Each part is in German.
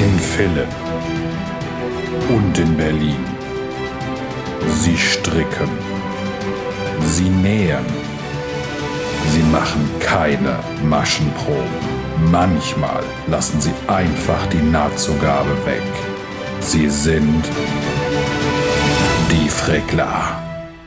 In Villingen und in Berlin. Sie stricken. Sie nähen. Sie machen keine Maschenproben. Manchmal lassen sie einfach die Nahtzugabe weg. Sie sind die Frickler.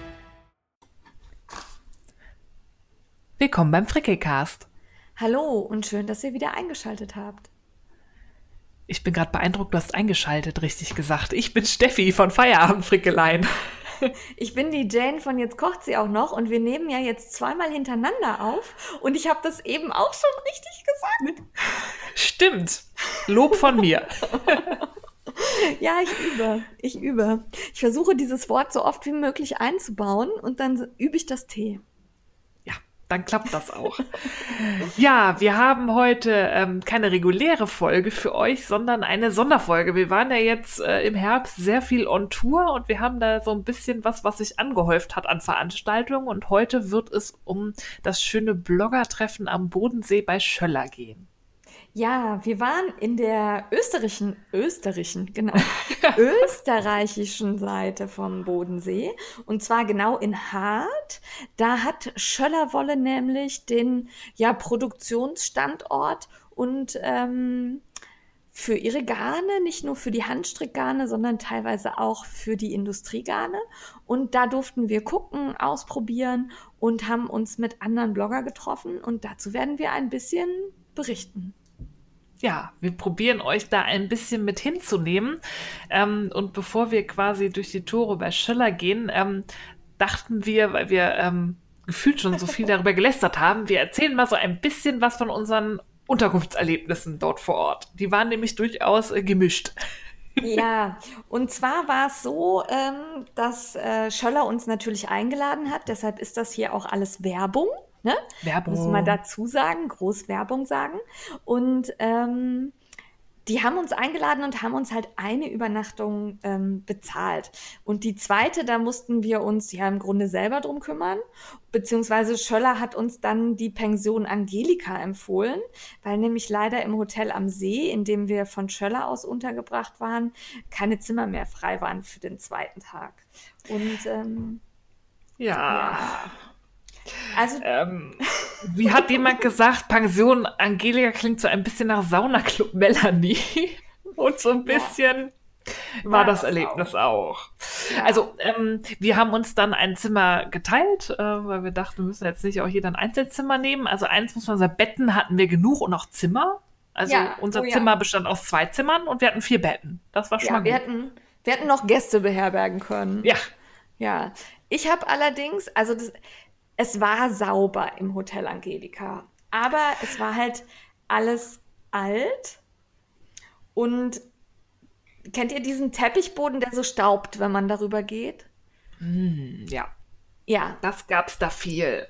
Willkommen beim Frickelcast. Hallo und schön, dass ihr wieder eingeschaltet habt. Ich bin gerade beeindruckt, du hast eingeschaltet, richtig gesagt. Ich bin Steffi von Feierabendfrickeleien. Ich bin die Jane von Jetzt kocht sie auch noch und wir nehmen ja jetzt zweimal hintereinander auf und ich habe das eben auch schon richtig gesagt. Stimmt. Lob von mir. Ja, ich übe. Ich versuche dieses Wort so oft wie möglich einzubauen und dann übe ich das T. Dann klappt das auch. Ja, wir haben heute keine reguläre Folge für euch, sondern eine Sonderfolge. Wir waren ja jetzt im Herbst sehr viel on Tour und wir haben da so ein bisschen was sich angehäuft hat an Veranstaltungen. Und heute wird es um das schöne Bloggertreffen am Bodensee bei Schöller gehen. Ja, wir waren in der österreichischen Seite vom Bodensee und zwar genau in Hart. Da hat Schöllerwolle nämlich den Produktionsstandort und für ihre Garne, nicht nur für die Handstrickgarne, sondern teilweise auch für die Industriegarne. Und da durften wir gucken, ausprobieren und haben uns mit anderen Blogger getroffen und dazu werden wir ein bisschen berichten. Ja, wir probieren euch da ein bisschen mit hinzunehmen. Und bevor wir quasi durch die Tore bei Schöller gehen, dachten wir, weil wir gefühlt schon so viel darüber gelästert haben, wir erzählen mal so ein bisschen was von unseren Unterkunftserlebnissen dort vor Ort. Die waren nämlich durchaus gemischt. Ja, und zwar war es so, dass Schöller uns natürlich eingeladen hat. Deshalb ist das hier auch alles Werbung. Ne? Werbung. Muss man dazu sagen, groß Werbung sagen. Und die haben uns eingeladen und haben uns halt eine Übernachtung bezahlt. Und die zweite, da mussten wir uns ja im Grunde selber drum kümmern. Beziehungsweise Schöller hat uns dann die Pension Angelika empfohlen, weil nämlich leider im Hotel am See, in dem wir von Schöller aus untergebracht waren, keine Zimmer mehr frei waren für den zweiten Tag. Und ja. Also, wie hat jemand gesagt, Pension Angelika klingt so ein bisschen nach Saunaclub Melanie. Und so ein bisschen war das Erlebnis auch. Ja. Also, wir haben uns dann ein Zimmer geteilt, weil wir dachten, wir müssen jetzt nicht auch jeder ein Einzelzimmer nehmen. Also eins muss man sagen, Betten hatten wir genug und auch Zimmer. Also unser Zimmer bestand aus 2 Zimmern und wir hatten 4 Betten. Das war schon mal gut. Wir hätten noch Gäste beherbergen können. Ja. Ich habe allerdings, es war sauber im Hotel Angelika, aber es war halt alles alt. Und kennt ihr diesen Teppichboden, der so staubt, wenn man darüber geht? Ja. Das gab's da viel.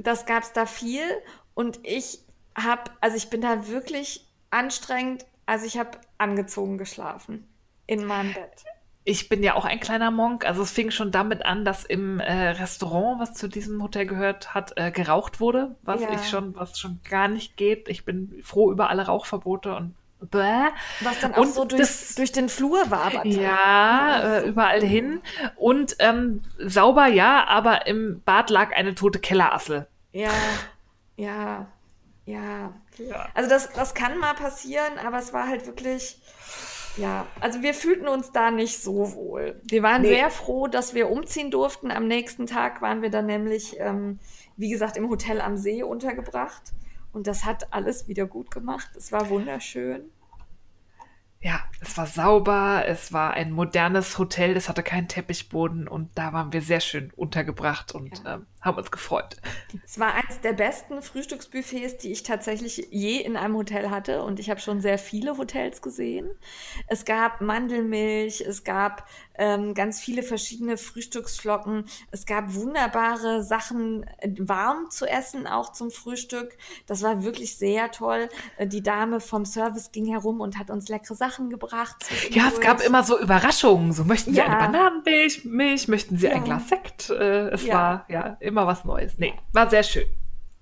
Und ich bin da wirklich anstrengend, ich habe angezogen geschlafen in meinem Bett. Ich bin ja auch ein kleiner Monk, also es fing schon damit an, dass im Restaurant, was zu diesem Hotel gehört hat, geraucht wurde, was schon gar nicht geht. Ich bin froh über alle Rauchverbote und was dann auch so durch den Flur war. Aber überall hin. Und sauber, ja, aber im Bad lag eine tote Kellerassel. Ja. Also das kann mal passieren, aber es war halt wirklich... Ja, also wir fühlten uns da nicht so wohl. Wir waren sehr froh, dass wir umziehen durften. Am nächsten Tag waren wir dann nämlich, wie gesagt, im Hotel am See untergebracht. Und das hat alles wieder gut gemacht. Es war wunderschön. Ja, es war sauber, es war ein modernes Hotel, es hatte keinen Teppichboden und da waren wir sehr schön untergebracht und haben uns gefreut. Es war eines der besten Frühstücksbuffets, die ich tatsächlich je in einem Hotel hatte und ich habe schon sehr viele Hotels gesehen. Es gab Mandelmilch, es gab ganz viele verschiedene Frühstücksflocken, es gab wunderbare Sachen warm zu essen, auch zum Frühstück. Das war wirklich sehr toll. Die Dame vom Service ging herum und hat uns leckere Sachen gebracht. Ja, es gab immer so Überraschungen. So, möchten Sie eine Bananenmilch? Möchten Sie ein Glas Sekt? Es war immer was Neues. Nee, war sehr schön.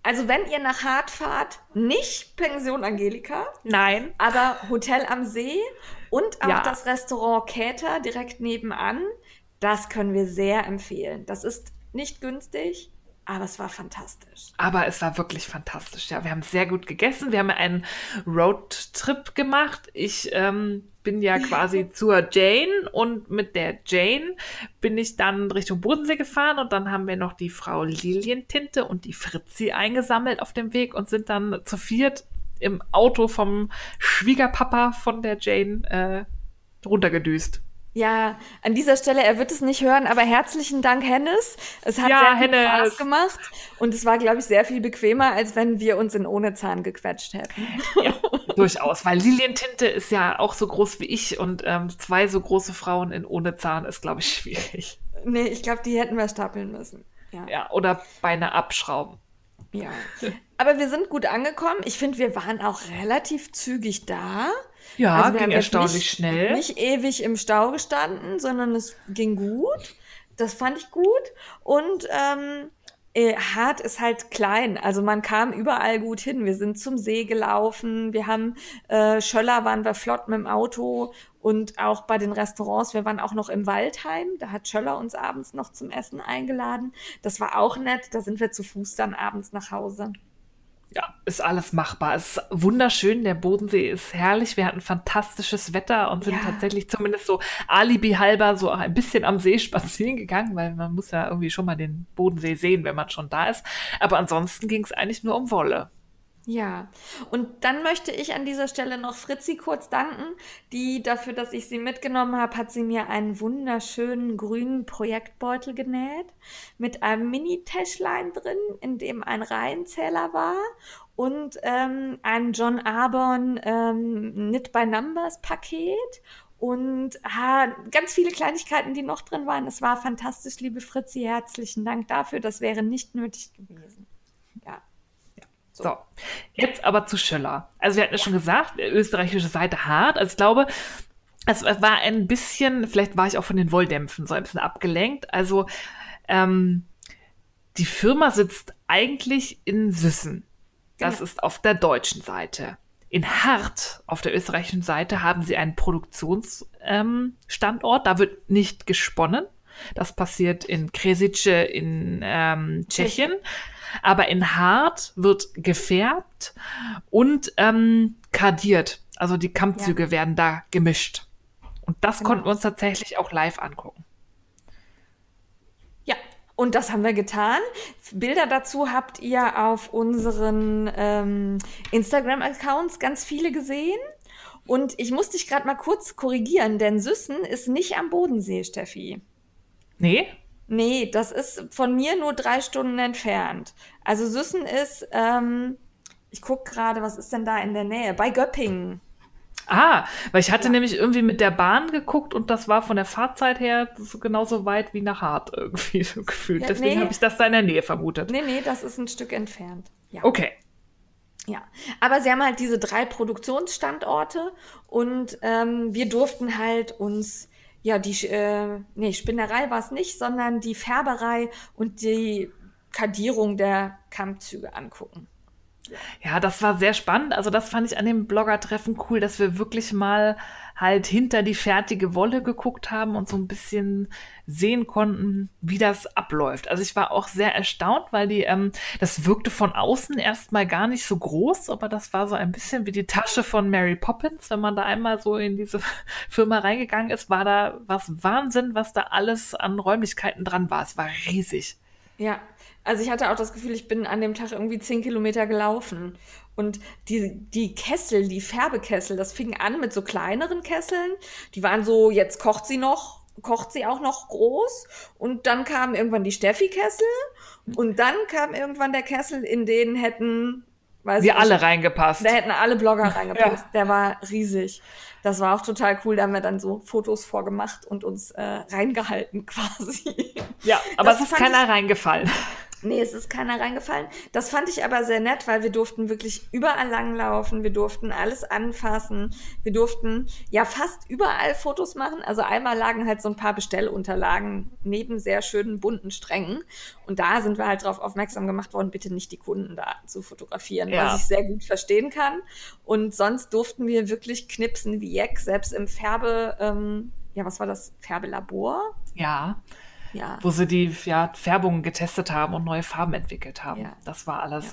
Also wenn ihr nach Hart fahrt, nicht Pension Angelika, Nein. aber Hotel am See und auch Ja. das Restaurant Käther direkt nebenan, das können wir sehr empfehlen. Das ist nicht günstig, aber es war fantastisch. Aber es war wirklich fantastisch. Ja, wir haben sehr gut gegessen. Wir haben einen Roadtrip gemacht. Ich bin ja quasi zur Jane und mit der Jane bin ich dann Richtung Bodensee gefahren und dann haben wir noch die Frau Lilientinte und die Fritzi eingesammelt auf dem Weg und sind dann zu viert im Auto vom Schwiegerpapa von der Jane runtergedüst. Ja, an dieser Stelle, er wird es nicht hören, aber herzlichen Dank, Hennes. Es hat Ja, sehr viel Hennes. Spaß gemacht und es war, glaube ich, sehr viel bequemer, als wenn wir uns in ohne Zahn gequetscht hätten. Ja, durchaus, weil Lilientinte ist ja auch so groß wie ich und 2 so große Frauen in ohne Zahn ist, glaube ich, schwierig. Nee, ich glaube, die hätten wir stapeln müssen. Ja. Ja, oder Beine abschrauben. Ja. Aber wir sind gut angekommen. Ich finde, wir waren auch relativ zügig da. Ja, Also wir ging haben jetzt erstaunlich schnell. Nicht ewig im Stau gestanden, sondern es ging gut. Das fand ich gut. Und Hart ist halt klein. Also man kam überall gut hin. Wir sind zum See gelaufen. Wir haben Schöller waren wir flott mit dem Auto. Und auch bei den Restaurants, wir waren auch noch im Waldheim. Da hat Schöller uns abends noch zum Essen eingeladen. Das war auch nett. Da sind wir zu Fuß dann abends nach Hause. Ja, ist alles machbar. Es ist wunderschön. Der Bodensee ist herrlich. Wir hatten fantastisches Wetter und sind Ja. tatsächlich zumindest so alibi-halber so ein bisschen am See spazieren gegangen, weil man muss ja irgendwie schon mal den Bodensee sehen, wenn man schon da ist. Aber ansonsten ging es eigentlich nur um Wolle. Ja, und dann möchte ich an dieser Stelle noch Fritzi kurz danken, die dafür, dass ich sie mitgenommen habe, hat sie mir einen wunderschönen grünen Projektbeutel genäht mit einem Mini-Täschlein drin, in dem ein Reihenzähler war und ein John Arbon Knit by Numbers Paket und ganz viele Kleinigkeiten, die noch drin waren. Es war fantastisch, liebe Fritzi, herzlichen Dank dafür. Das wäre nicht nötig gewesen. Ja. So, jetzt aber zu Schöller. Also wir hatten ja schon gesagt, österreichische Seite hart. Also ich glaube, es war ein bisschen, vielleicht war ich auch von den Wolldämpfen so ein bisschen abgelenkt. Also die Firma sitzt eigentlich in Süssen. Das Genau. ist auf der deutschen Seite. In Hart, auf der österreichischen Seite, haben sie einen Produktionsstandort. Da wird nicht gesponnen. Das passiert in Kresice in Tschechien. Aber in Hart wird gefärbt und kardiert. Also die Kammzüge werden da gemischt. Und das Genau. konnten wir uns tatsächlich auch live angucken. Ja, und das haben wir getan. Bilder dazu habt ihr auf unseren Instagram-Accounts ganz viele gesehen. Und ich muss dich gerade mal kurz korrigieren, denn Süssen ist nicht am Bodensee, Steffi. Nee? Nee, das ist von mir nur 3 Stunden entfernt. Also Süssen ist, ich gucke gerade, was ist denn da in der Nähe? Bei Göppingen. Weil ich hatte nämlich irgendwie mit der Bahn geguckt und das war von der Fahrzeit her so genauso weit wie nach Hart irgendwie so gefühlt. Ja, Deswegen nee. habe ich das da in der Nähe vermutet. Nee, das ist ein Stück entfernt. Ja. Okay. Ja, aber sie haben halt diese 3 Produktionsstandorte und wir durften halt uns, ja, Spinnerei war es nicht, sondern die Färberei und die Kadierung der Kammzüge angucken. Ja, das war sehr spannend. Also das fand ich an dem Blogger-Treffen cool, dass wir wirklich mal halt hinter die fertige Wolle geguckt haben und so ein bisschen sehen konnten, wie das abläuft. Also ich war auch sehr erstaunt, weil das wirkte von außen erstmal gar nicht so groß, aber das war so ein bisschen wie die Tasche von Mary Poppins. Wenn man da einmal so in diese Firma reingegangen ist, war da was Wahnsinn, was da alles an Räumlichkeiten dran war. Es war riesig. Ja, also ich hatte auch das Gefühl, ich bin an dem Tag irgendwie 10 Kilometer gelaufen. Und die Kessel, die Färbekessel, das fing an mit so kleineren Kesseln. Die waren so, jetzt kocht sie auch noch groß. Und dann kam irgendwann die Steffi-Kessel. Und dann kam irgendwann der Kessel, in den hätten, Wir alle reingepasst. Da hätten alle Blogger reingepasst. Ja. Der war riesig. Das war auch total cool. Da haben wir dann so Fotos vorgemacht und uns reingehalten quasi. Ja, aber es ist keiner reingefallen. Nee, es ist keiner reingefallen. Das fand ich aber sehr nett, weil wir durften wirklich überall langlaufen, wir durften alles anfassen, wir durften ja fast überall Fotos machen. Also einmal lagen halt so ein paar Bestellunterlagen neben sehr schönen bunten Strängen. Und da sind wir halt drauf aufmerksam gemacht worden, bitte nicht die Kundendaten zu fotografieren, Ja. was ich sehr gut verstehen kann. Und sonst durften wir wirklich knipsen wie Jack, selbst im was war das? Färbelabor? Ja, Ja. wo sie die Färbungen getestet haben und neue Farben entwickelt haben. Ja. Das war alles.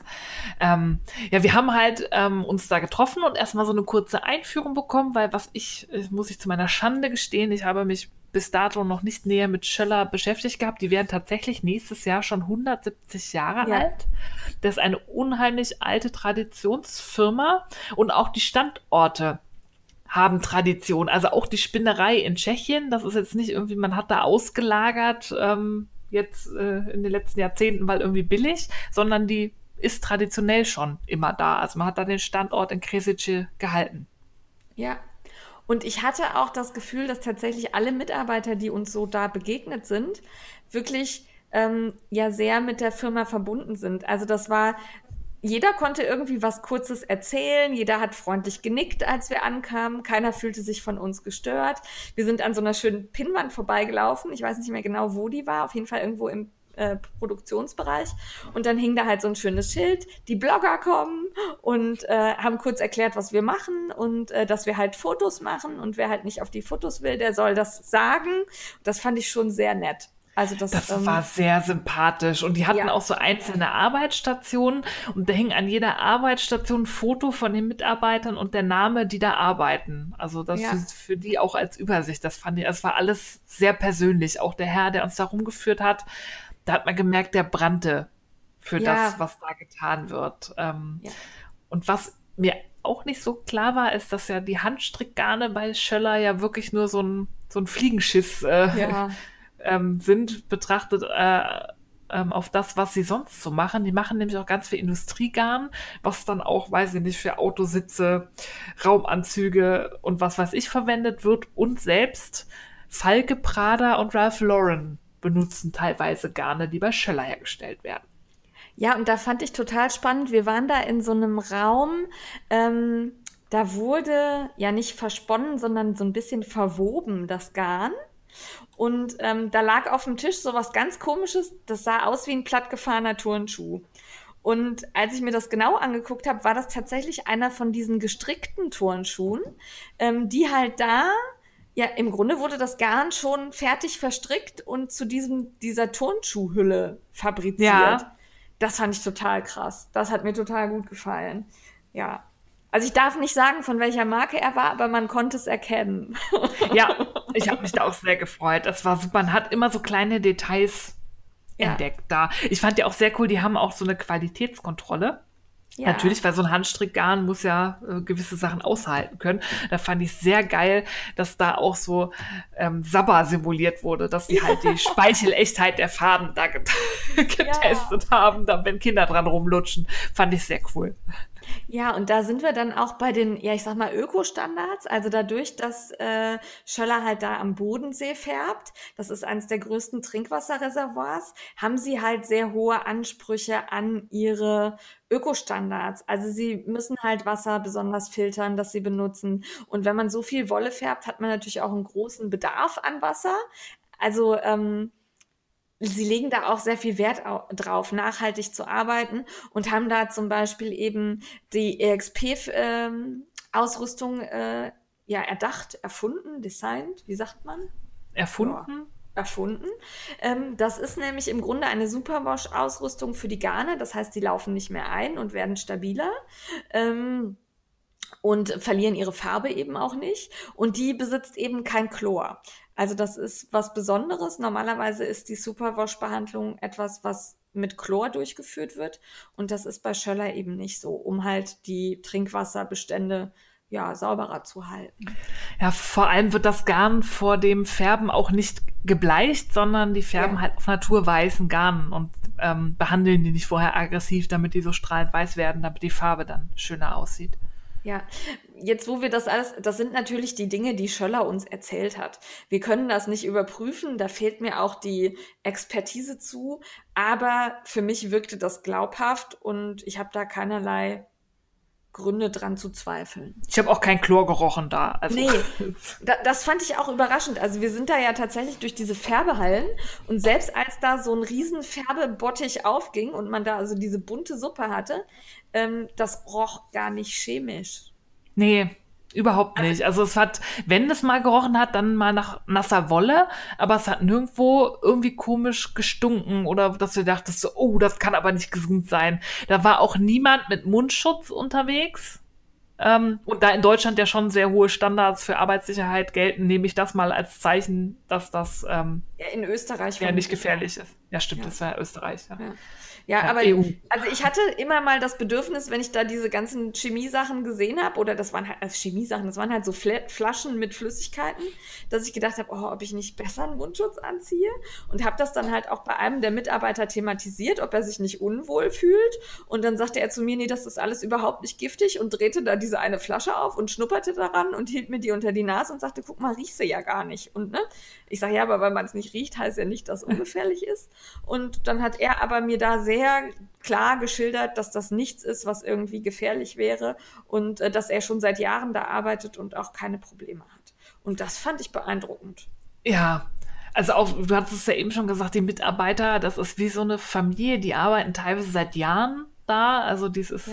Wir haben halt uns da getroffen und erstmal so eine kurze Einführung bekommen, weil muss ich zu meiner Schande gestehen, ich habe mich bis dato noch nicht näher mit Schöller beschäftigt gehabt. Die werden tatsächlich nächstes Jahr schon 170 Jahre Ja. alt. Das ist eine unheimlich alte Traditionsfirma und auch die Standorte haben Tradition. Also auch die Spinnerei in Tschechien, das ist jetzt nicht irgendwie, man hat da ausgelagert in den letzten Jahrzehnten, weil irgendwie billig, sondern die ist traditionell schon immer da. Also man hat da den Standort in Kresice gehalten. Ja. Und ich hatte auch das Gefühl, dass tatsächlich alle Mitarbeiter, die uns so da begegnet sind, wirklich sehr mit der Firma verbunden sind. Also jeder konnte irgendwie was Kurzes erzählen, jeder hat freundlich genickt, als wir ankamen, keiner fühlte sich von uns gestört. Wir sind an so einer schönen Pinnwand vorbeigelaufen, ich weiß nicht mehr genau, wo die war, auf jeden Fall irgendwo im Produktionsbereich. Und dann hing da halt so ein schönes Schild, die Blogger kommen und haben kurz erklärt, was wir machen und dass wir halt Fotos machen und wer halt nicht auf die Fotos will, der soll das sagen. Das fand ich schon sehr nett. Also das war sehr sympathisch und die hatten Ja. auch so einzelne Arbeitsstationen und da hing an jeder Arbeitsstation ein Foto von den Mitarbeitern und der Name, die da arbeiten. Also das Ja. für die auch als Übersicht, das fand ich, es war alles sehr persönlich. Auch der Herr, der uns da rumgeführt hat, da hat man gemerkt, der brannte für Ja. das, was da getan wird. Ja. Und was mir auch nicht so klar war, ist, dass ja die Handstrickgarne bei Schöller ja wirklich nur so ein Fliegenschiss Ja. sind, betrachtet auf das, was sie sonst so machen. Die machen nämlich auch ganz viel Industriegarn, was dann auch, weiß ich nicht, für Autositze, Raumanzüge und was weiß ich verwendet wird. Und selbst Falke, Prada und Ralph Lauren benutzen teilweise Garne, die bei Schöller hergestellt werden. Ja, und da fand ich total spannend. Wir waren da in so einem Raum, da wurde ja nicht versponnen, sondern so ein bisschen verwoben, das Garn. Und da lag auf dem Tisch so was ganz Komisches, das sah aus wie ein plattgefahrener Turnschuh. Und als ich mir das genau angeguckt habe, war das tatsächlich einer von diesen gestrickten Turnschuhen, die halt ja, im Grunde wurde das Garn schon fertig verstrickt und zu dieser Turnschuhhülle fabriziert. Ja. Das fand ich total krass. Das hat mir total gut gefallen. Ja. Also ich darf nicht sagen, von welcher Marke er war, aber man konnte es erkennen. Ja, ich habe mich da auch sehr gefreut. Das war super. Man hat immer so kleine Details entdeckt da. Ich fand ja auch sehr cool, die haben auch so eine Qualitätskontrolle. Ja. Natürlich, weil so ein Handstrickgarn muss ja gewisse Sachen aushalten können. Da fand ich sehr geil, dass da auch so Sabber simuliert wurde, dass die halt die Speichelechtheit der Faden da getestet haben, dann, wenn Kinder dran rumlutschen. Fand ich sehr cool. Ja, und da sind wir dann auch bei den, ja, ich sag mal, Ökostandards. Also dadurch, dass Schöller halt da am Bodensee färbt, das ist eines der größten Trinkwasserreservoirs, haben sie halt sehr hohe Ansprüche an ihre Ökostandards. Also sie müssen halt Wasser besonders filtern, das sie benutzen. Und wenn man so viel Wolle färbt, hat man natürlich auch einen großen Bedarf an Wasser. Also sie legen da auch sehr viel Wert drauf, nachhaltig zu arbeiten und haben da zum Beispiel eben die EXP-Ausrüstung erfunden, designt, wie sagt man? Erfunden? Ja, erfunden. Das ist nämlich im Grunde eine Superwash-Ausrüstung für die Garne, das heißt, die laufen nicht mehr ein und werden stabiler. Und verlieren ihre Farbe eben auch nicht. Und die besitzt eben kein Chlor. Also das ist was Besonderes. Normalerweise ist die Superwash-Behandlung etwas, was mit Chlor durchgeführt wird. Und das ist bei Schöller eben nicht so, um halt die Trinkwasserbestände sauberer zu halten. Ja, vor allem wird das Garn vor dem Färben auch nicht gebleicht, sondern die färben halt auf naturweißen Garnen und behandeln die nicht vorher aggressiv, damit die so strahlend weiß werden, damit die Farbe dann schöner aussieht. Ja, jetzt, wo wir das sind natürlich die Dinge, die Schöller uns erzählt hat. Wir können das nicht überprüfen, da fehlt mir auch die Expertise zu, aber für mich wirkte das glaubhaft und ich habe da keinerlei Gründe dran zu zweifeln. Ich habe auch kein Chlor gerochen da. Also. Nee, das fand ich auch überraschend. Also wir sind da ja tatsächlich durch diese Färbehallen und selbst als da so ein riesen Färbebottich aufging und man da also diese bunte Suppe hatte, das roch gar nicht chemisch. Nee, überhaupt nicht. Also es hat, wenn es mal gerochen hat, dann mal nach nasser Wolle, aber es hat nirgendwo irgendwie komisch gestunken oder dass du dachtest so, oh, das kann aber nicht gesund sein. Da war auch niemand mit Mundschutz unterwegs. Und da in Deutschland ja schon sehr hohe Standards für Arbeitssicherheit gelten, nehme ich das mal als Zeichen, dass das in Österreich ja nicht gefährlich ist. Ja, stimmt, das war ja Österreich. Ja, aber EU. Also ich hatte immer mal das Bedürfnis, wenn ich da diese ganzen Chemiesachen gesehen habe, oder das waren halt Chemiesachen, das waren halt so Flaschen mit Flüssigkeiten, dass ich gedacht habe, ob ich nicht besser einen Mundschutz anziehe, und habe das dann halt auch bei einem der Mitarbeiter thematisiert, ob er sich nicht unwohl fühlt, und dann sagte er zu mir, nee, das ist alles überhaupt nicht giftig, und drehte da diese eine Flasche auf und schnupperte daran und hielt mir die unter die Nase und sagte, guck mal, riechst du ja gar nicht. Und ich sage, ja, aber weil man es nicht riecht, heißt ja nicht, dass es ungefährlich ist. Und dann hat er aber mir da sehr klar geschildert, dass das nichts ist, was irgendwie gefährlich wäre, und dass er schon seit Jahren da arbeitet und auch keine Probleme hat. Und das fand ich beeindruckend. Ja, also auch, du hattest es ja eben schon gesagt, die Mitarbeiter, das ist wie so eine Familie, die arbeiten teilweise seit Jahren da, also dies ist,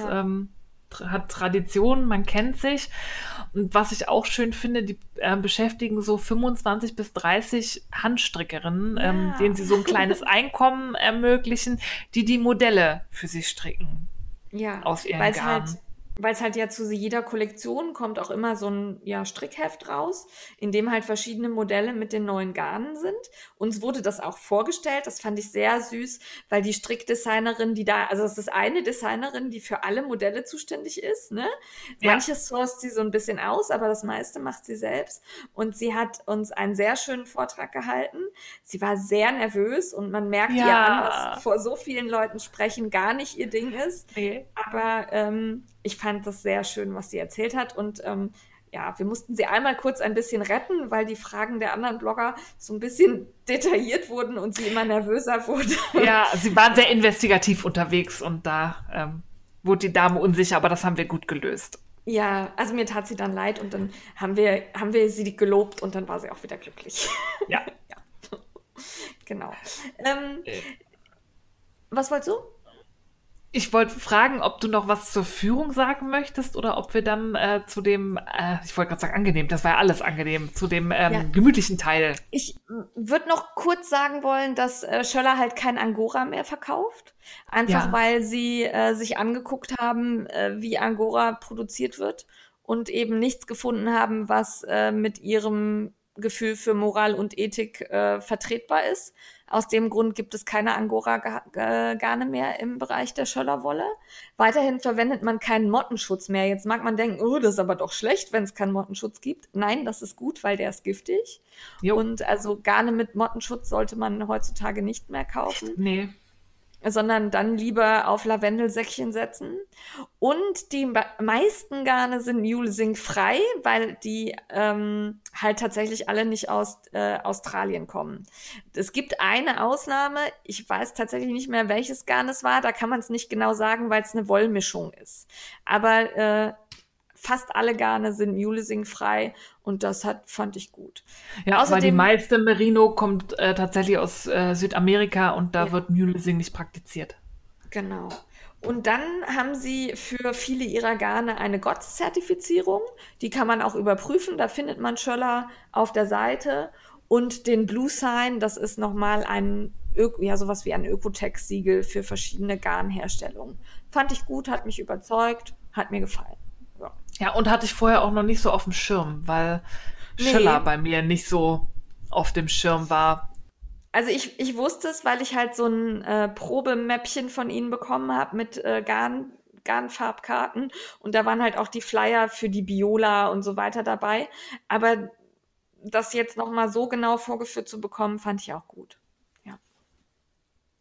hat Tradition, man kennt sich. Und was ich auch schön finde, die beschäftigen so 25 bis 30 Handstrickerinnen, denen sie so ein kleines Einkommen ermöglichen, die Modelle für sie stricken. Ja, aus ihren Garnen. Weil es halt ja zu jeder Kollektion kommt auch immer so ein Strickheft raus, in dem halt verschiedene Modelle mit den neuen Garnen sind. Uns wurde das auch vorgestellt, das fand ich sehr süß, weil die Strickdesignerin, also das ist eine Designerin, die für alle Modelle zuständig ist, ne? Ja. Manches sourced sie so ein bisschen aus, aber das meiste macht sie selbst. Und sie hat uns einen sehr schönen Vortrag gehalten. Sie war sehr nervös und man merkt ihr an, dass vor so vielen Leuten sprechen gar nicht ihr Ding ist. Nee. Aber ich fand das sehr schön, was sie erzählt hat. Und wir mussten sie einmal kurz ein bisschen retten, weil die Fragen der anderen Blogger so ein bisschen detailliert wurden und sie immer nervöser wurde. Ja, sie waren sehr investigativ unterwegs und da wurde die Dame unsicher, aber das haben wir gut gelöst. Ja, also mir tat sie dann leid und dann haben wir sie gelobt und dann war sie auch wieder glücklich. Ja. Ja. Genau. Was wolltest du? Ich wollte fragen, ob du noch was zur Führung sagen möchtest oder ob wir dann zu dem, ich wollte gerade sagen angenehm, das war ja alles angenehm, zu dem gemütlichen Teil. Ich würde noch kurz sagen wollen, dass Schöller halt kein Angora mehr verkauft. Einfach weil sie sich angeguckt haben, wie Angora produziert wird und eben nichts gefunden haben, was mit ihrem Gefühl für Moral und Ethik vertretbar ist. Aus dem Grund gibt es keine Angora-Garne mehr im Bereich der Schöllerwolle. Weiterhin verwendet man keinen Mottenschutz mehr. Jetzt mag man denken, das ist aber doch schlecht, wenn es keinen Mottenschutz gibt. Nein, das ist gut, weil der ist giftig. Jo. Und also Garne mit Mottenschutz sollte man heutzutage nicht mehr kaufen. Nee. Sondern dann lieber auf Lavendelsäckchen setzen. Und die meisten Garne sind mulesing-frei, weil die halt tatsächlich alle nicht aus Australien kommen. Es gibt eine Ausnahme, ich weiß tatsächlich nicht mehr, welches Garn es war, da kann man es nicht genau sagen, weil es eine Wollmischung ist. Aber fast alle Garne sind mulesing-frei und das fand ich gut. Ja, außerdem, weil die meiste Merino kommt tatsächlich aus Südamerika und da wird Mulesing nicht praktiziert. Genau. Und dann haben sie für viele ihrer Garne eine GOTS-Zertifizierung. Die kann man auch überprüfen, da findet man Schöller auf der Seite. Und den Blue Sign, das ist nochmal sowas wie ein Ökotex-Siegel für verschiedene Garnherstellungen. Fand ich gut, hat mich überzeugt, hat mir gefallen. Ja, und hatte ich vorher auch noch nicht so auf dem Schirm, weil Schöller bei mir nicht so auf dem Schirm war. Also ich wusste es, weil ich halt so ein Probemäppchen von ihnen bekommen habe mit Garnfarbkarten und da waren halt auch die Flyer für die Biola und so weiter dabei. Aber das jetzt nochmal so genau vorgeführt zu bekommen, fand ich auch gut. Ja.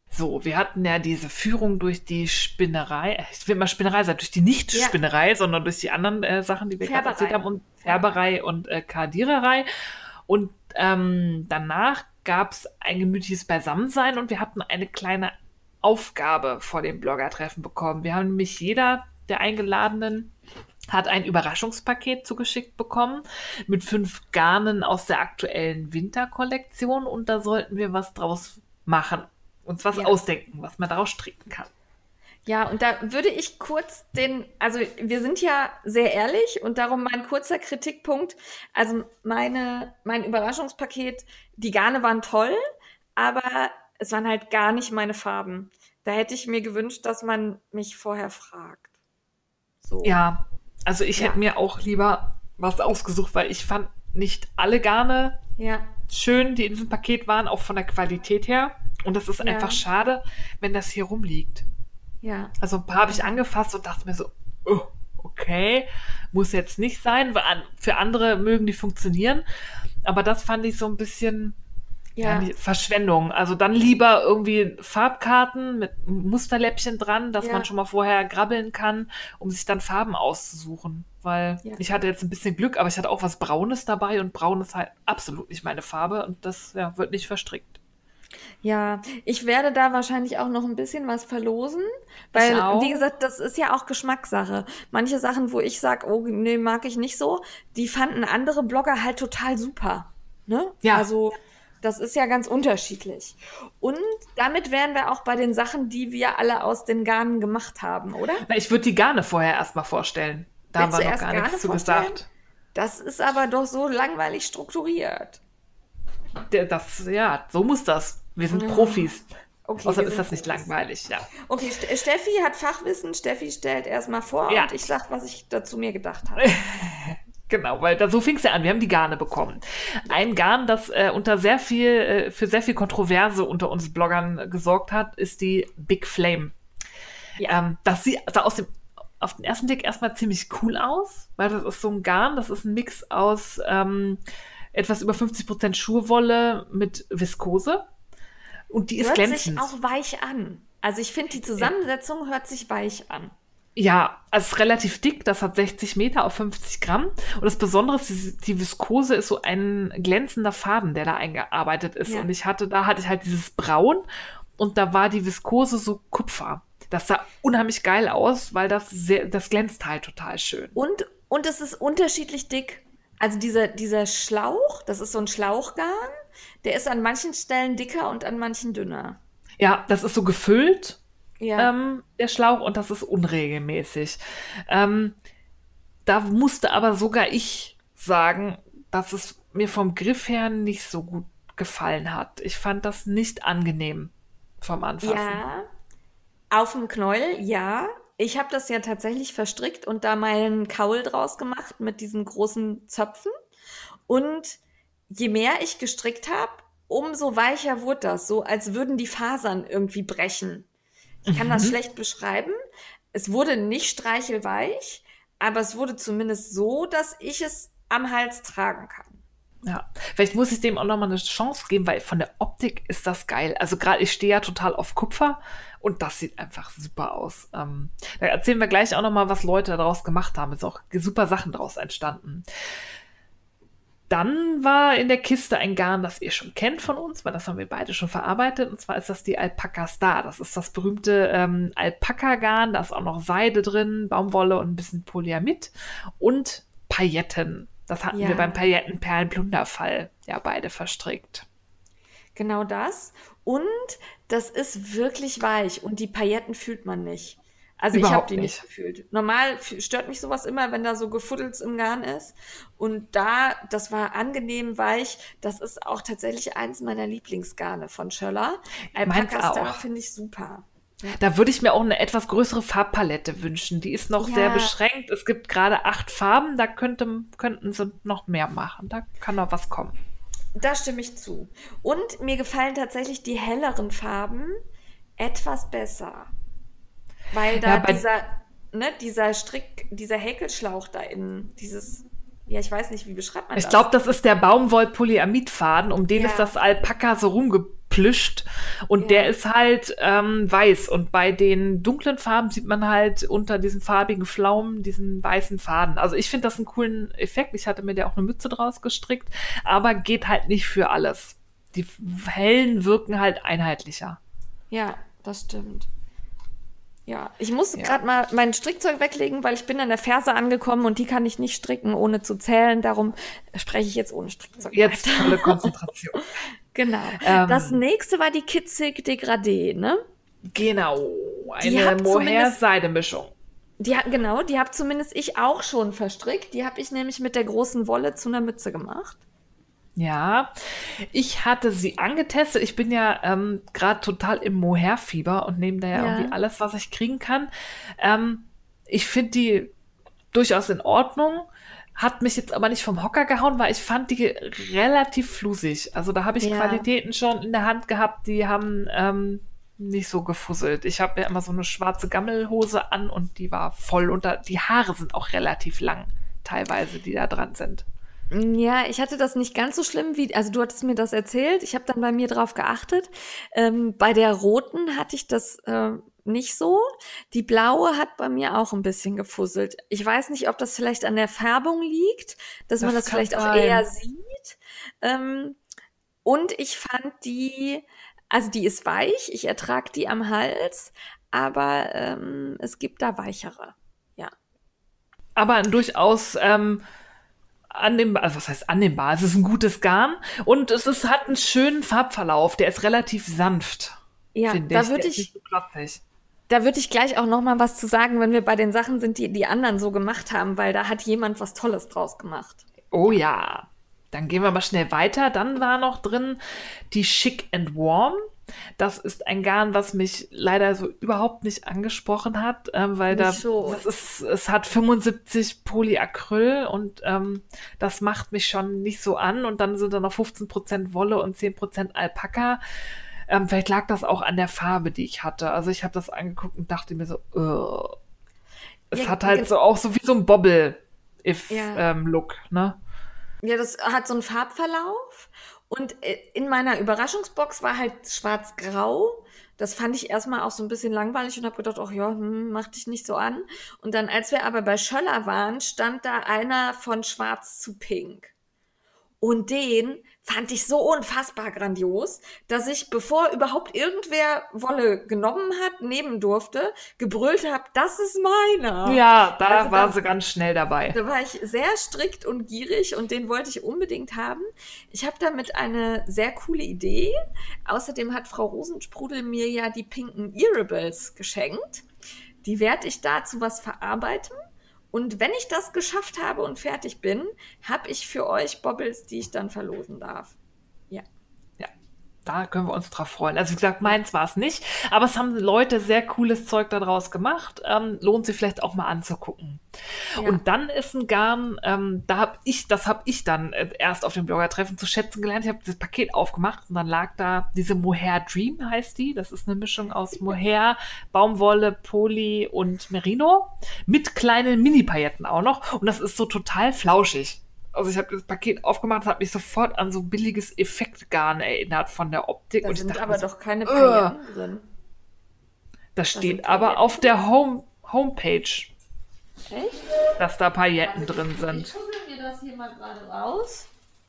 So, wir hatten ja diese Führung durch die Spinnerei, ich will mal Spinnerei sagen, durch die Nicht-Spinnerei, sondern durch die anderen Sachen, die wir gerade erzählt haben, und Färberei und Kardiererei. Und danach gab es ein gemütliches Beisammensein und wir hatten eine kleine Aufgabe vor dem Bloggertreffen bekommen. Wir haben nämlich jeder der Eingeladenen hat ein Überraschungspaket zugeschickt bekommen mit 5 Garnen aus der aktuellen Winterkollektion und da sollten wir was draus machen. Uns was ausdenken, was man daraus stricken kann. Ja, und da würde ich kurz also wir sind ja sehr ehrlich und darum mein kurzer Kritikpunkt. Also mein Überraschungspaket, die Garne waren toll, aber es waren halt gar nicht meine Farben. Da hätte ich mir gewünscht, dass man mich vorher fragt. So. Ja, also ich hätte mir auch lieber was ausgesucht, weil ich fand nicht alle Garne schön, die in diesem Paket waren, auch von der Qualität her. Und das ist einfach schade, wenn das hier rumliegt. Ja. Also ein paar habe ich angefasst und dachte mir so, oh, okay, muss jetzt nicht sein. Für andere mögen die funktionieren. Aber das fand ich so ein bisschen Verschwendung. Also dann lieber irgendwie Farbkarten mit Musterläppchen dran, dass man schon mal vorher grabbeln kann, um sich dann Farben auszusuchen. Weil ich hatte jetzt ein bisschen Glück, aber ich hatte auch was Braunes dabei und Braun ist halt absolut nicht meine Farbe und das wird nicht verstrickt. Ja, ich werde da wahrscheinlich auch noch ein bisschen was verlosen, weil, wie gesagt, das ist ja auch Geschmackssache. Manche Sachen, wo ich sage, oh, nee, mag ich nicht so, die fanden andere Blogger halt total super. Ne? Ja. Also, das ist ja ganz unterschiedlich. Und damit wären wir auch bei den Sachen, die wir alle aus den Garnen gemacht haben, oder? Na, ich würde die Garne vorher erstmal vorstellen. Da haben wir noch gar nichts zu gesagt. Das ist aber doch so langweilig strukturiert. So muss das. Wir sind Profis. Okay, außerdem ist das nicht langweilig, Okay, Steffi hat Fachwissen. Steffi stellt erstmal vor und ich sag, was ich dazu mir gedacht habe. Genau, weil so fing es ja an. Wir haben die Garne bekommen. Ein Garn, das für sehr viel Kontroverse unter uns Bloggern gesorgt hat, ist die Big Flame. Ja. Das sah auf den ersten Blick erstmal ziemlich cool aus, weil das ist so ein Garn, das ist ein Mix aus etwas über 50% Schurwolle mit Viskose. Und die ist glänzend. Hört sich auch weich an. Also ich finde, die Zusammensetzung hört sich weich an. Ja, also es ist relativ dick, das hat 60 Meter auf 50 Gramm. Und das Besondere ist, die Viskose ist so ein glänzender Faden, der da eingearbeitet ist. Ja. Und da hatte ich halt dieses Braun und da war die Viskose so Kupfer. Das sah unheimlich geil aus, weil das glänzt halt total schön. Und es ist unterschiedlich dick. Also dieser Schlauch, das ist so ein Schlauchgarn, der ist an manchen Stellen dicker und an manchen dünner. Ja, das ist so gefüllt. Der Schlauch und das ist unregelmäßig. Da musste aber sogar ich sagen, dass es mir vom Griff her nicht so gut gefallen hat. Ich fand das nicht angenehm vom Anfassen. Ja, auf dem Knäuel, ja. Ich habe das ja tatsächlich verstrickt und da meinen Kaul draus gemacht mit diesen großen Zöpfen. Und je mehr ich gestrickt habe, umso weicher wurde das. So, als würden die Fasern irgendwie brechen. Ich kann das schlecht beschreiben. Es wurde nicht streichelweich, aber es wurde zumindest so, dass ich es am Hals tragen kann. Ja, vielleicht muss ich dem auch nochmal eine Chance geben, weil von der Optik ist das geil. Also gerade ich stehe ja total auf Kupfer und das sieht einfach super aus. Da erzählen wir gleich auch nochmal, was Leute daraus gemacht haben. Es sind auch super Sachen daraus entstanden. Dann war in der Kiste ein Garn, das ihr schon kennt von uns, weil das haben wir beide schon verarbeitet. Und zwar ist das die Alpaca Star. Das ist das berühmte Alpaka-Garn. Da ist auch noch Seide drin, Baumwolle und ein bisschen Polyamid und Pailletten. Das hatten wir beim Paillettenperlenplunderfall beide verstrickt. Genau das. Und das ist wirklich weich und die Pailletten fühlt man nicht. Also ich habe die nicht gefühlt. Normal stört mich sowas immer, wenn da so Gefuddels im Garn ist. Und das war angenehm weich. Das ist auch tatsächlich eins meiner Lieblingsgarne von Schöller. Alpaca Star finde ich super. Ja. Da würde ich mir auch eine etwas größere Farbpalette wünschen. Die ist noch sehr beschränkt. Es gibt gerade 8 Farben. Da könnten sie noch mehr machen. Da kann noch was kommen. Da stimme ich zu. Und mir gefallen tatsächlich die helleren Farben etwas besser. Weil da dieser Häkelschlauch da innen, ich weiß nicht, wie beschreibt man das? Ich glaube, das ist der Baumwoll-Polyamidfaden, um den ist das Alpaka so plüscht. Und der ist halt weiß. Und bei den dunklen Farben sieht man halt unter diesen farbigen Pflaumen diesen weißen Faden. Also ich finde das einen coolen Effekt. Ich hatte mir da auch eine Mütze draus gestrickt, aber geht halt nicht für alles. Die hellen wirken halt einheitlicher. Ja, das stimmt. Ja, ich muss gerade mal mein Strickzeug weglegen, weil ich bin an der Ferse angekommen und die kann ich nicht stricken, ohne zu zählen. Darum spreche ich jetzt ohne Strickzeug. Jetzt volle Konzentration. Genau. Das nächste war die Kitzig Degradé, ne? Genau. Eine Mohair-Seide-Mischung. Die habe zumindest ich auch schon verstrickt. Die habe ich nämlich mit der großen Wolle zu einer Mütze gemacht. Ja, ich hatte sie angetestet. Ich bin ja gerade total im Mohair-Fieber und nehme da ja irgendwie alles, was ich kriegen kann. Ich finde die durchaus in Ordnung. Hat mich jetzt aber nicht vom Hocker gehauen, weil ich fand die relativ flusig. Also da habe ich Qualitäten schon in der Hand gehabt, die haben nicht so gefusselt. Ich habe ja immer so eine schwarze Gammelhose an und die war voll. Und die Haare sind auch relativ lang, teilweise, die da dran sind. Ja, ich hatte das nicht ganz so schlimm also du hattest mir das erzählt, ich habe dann bei mir drauf geachtet. Bei der roten hatte ich das nicht so. Die blaue hat bei mir auch ein bisschen gefusselt. Ich weiß nicht, ob das vielleicht an der Färbung liegt, dass man das vielleicht auch eher sieht. Und ich fand also die ist weich, ich ertrage die am Hals, aber es gibt da weichere, ja. Aber durchaus annehmbar, also was heißt annehmbar? Es ist ein gutes Garn und hat einen schönen Farbverlauf. Der ist relativ sanft. Ja, da würde ich. Da würde ich gleich auch noch mal was zu sagen, wenn wir bei den Sachen sind, die anderen so gemacht haben, weil da hat jemand was Tolles draus gemacht. Oh ja. Dann gehen wir mal schnell weiter. Dann war noch drin die Chic and Warm. Das ist ein Garn, was mich leider so überhaupt nicht angesprochen hat, weil es hat 75 Polyacryl und das macht mich schon nicht so an. Und dann sind da noch 15% Wolle und 10% Alpaka. Vielleicht lag das auch an der Farbe, die ich hatte. Also ich habe das angeguckt und dachte mir so, es hat halt so auch so wie so ein Bobble-Look, ne? Ja, das hat so einen Farbverlauf. Und in meiner Überraschungsbox war halt schwarz-grau. Das fand ich erstmal auch so ein bisschen langweilig und habe gedacht, ach ja, mach dich nicht so an. Und dann, als wir aber bei Schöller waren, stand da einer von schwarz zu pink. Und den fand ich so unfassbar grandios, dass ich, bevor überhaupt irgendwer Wolle genommen hat, nehmen durfte, gebrüllt habe, das ist meiner. Ja, da war sie ganz schnell dabei. Da war ich sehr strikt und gierig und den wollte ich unbedingt haben. Ich habe damit eine sehr coole Idee. Außerdem hat Frau Rosensprudel mir ja die pinken Earables geschenkt. Die werde ich dazu was verarbeiten. Und wenn ich das geschafft habe und fertig bin, habe ich für euch Bobbles, die ich dann verlosen darf. Ja. Ja, da können wir uns drauf freuen. Also wie gesagt, meins war es nicht, aber es haben Leute sehr cooles Zeug daraus gemacht. Lohnt sich vielleicht auch mal anzugucken. Ja. Und dann ist ein Garn, das habe ich dann erst auf dem Bloggertreffen zu schätzen gelernt. Ich habe das Paket aufgemacht und dann lag da diese Mohair Dream, heißt die. Das ist eine Mischung aus Mohair, Baumwolle, Poly und Merino mit kleinen Mini-Pailletten auch noch. Und das ist so total flauschig. Also ich habe das Paket aufgemacht, das hat mich sofort an so billiges Effektgarn erinnert von der Optik. Da und sind aber doch keine Pailletten drin. Das steht aber auf der Homepage. Echt? Dass da Pailletten drin sind. Ich gucke mir das hier mal gerade raus.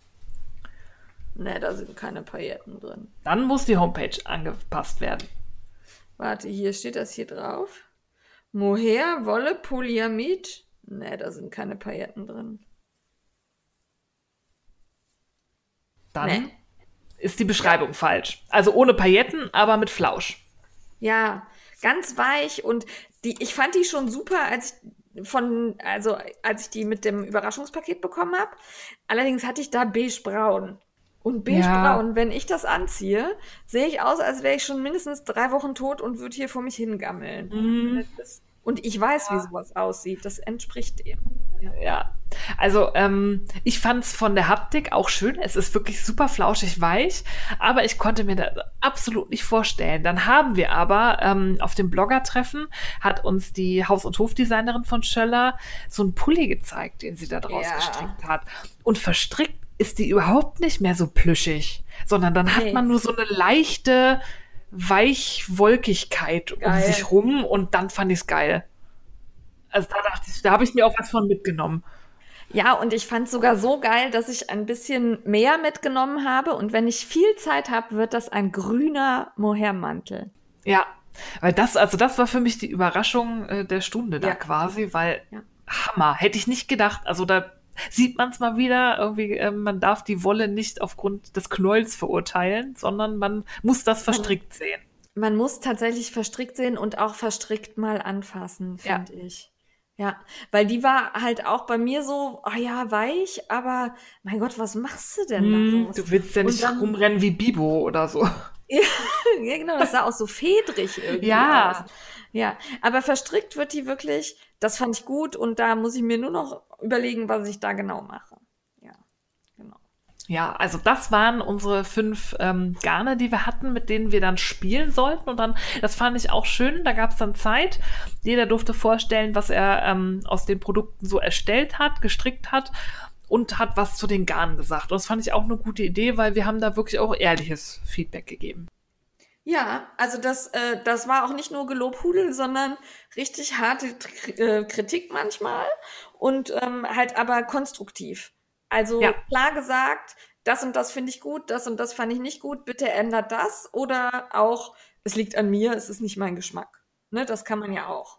Ne, da sind keine Pailletten drin. Dann muss die Homepage angepasst werden. Warte, hier steht das hier drauf. Mohair, Wolle, Polyamid. Ne, da sind keine Pailletten drin. Dann ist die Beschreibung falsch. Also ohne Pailletten, aber mit Flausch. Ja, ganz weich und ich fand die schon super, als ich die mit dem Überraschungspaket bekommen habe. Allerdings hatte ich da beigebraun. Und beigebraun, wenn ich das anziehe, sehe ich aus, als wäre ich schon mindestens 3 Wochen tot und würde hier vor mich hingammeln. Mhm. Und ich weiß, wie sowas aussieht. Das entspricht dem. Ja, also ich fand es von der Haptik auch schön. Es ist wirklich super flauschig weich, aber ich konnte mir das absolut nicht vorstellen. Dann haben wir aber auf dem Bloggertreffen hat uns die Haus- und Hofdesignerin von Schöller so einen Pulli gezeigt, den sie da draus gestrickt hat. Und verstrickt ist die überhaupt nicht mehr so plüschig, sondern dann hat man nur so eine leichte Weichwolkigkeit um sich rum und dann fand ich es geil. Also da dachte ich, da habe ich mir auch was von mitgenommen. Ja, und ich fand es sogar so geil, dass ich ein bisschen mehr mitgenommen habe. Und wenn ich viel Zeit habe, wird das ein grüner Mohair-Mantel. Ja, weil das war für mich die Überraschung der Stunde da quasi, weil Hammer, hätte ich nicht gedacht. Also da sieht man es mal wieder, irgendwie, man darf die Wolle nicht aufgrund des Knäuels verurteilen, sondern man muss das verstrickt sehen. Man muss tatsächlich verstrickt sehen und auch verstrickt mal anfassen, finde ich. Ja, weil die war halt auch bei mir so, weich, aber mein Gott, was machst du denn da los? Du willst ja nicht rumrennen wie Bibo oder so. Ja, genau, das sah auch so fedrig irgendwie aus. Ja, aber verstrickt wird die wirklich, das fand ich gut und da muss ich mir nur noch überlegen, was ich da genau mache. Ja, genau. Ja, also das waren unsere 5 Garne, die wir hatten, mit denen wir dann spielen sollten. Und dann, das fand ich auch schön, da gab es dann Zeit. Jeder durfte vorstellen, was er aus den Produkten so erstellt hat, gestrickt hat und hat was zu den Garnen gesagt. Und das fand ich auch eine gute Idee, weil wir haben da wirklich auch ehrliches Feedback gegeben. Ja, also das war auch nicht nur Gelobhudel, sondern richtig harte Kritik manchmal und halt aber konstruktiv. Also klar gesagt, das und das finde ich gut, das und das fand ich nicht gut, bitte ändert das. Oder auch, es liegt an mir, es ist nicht mein Geschmack. Ne, das kann man ja auch.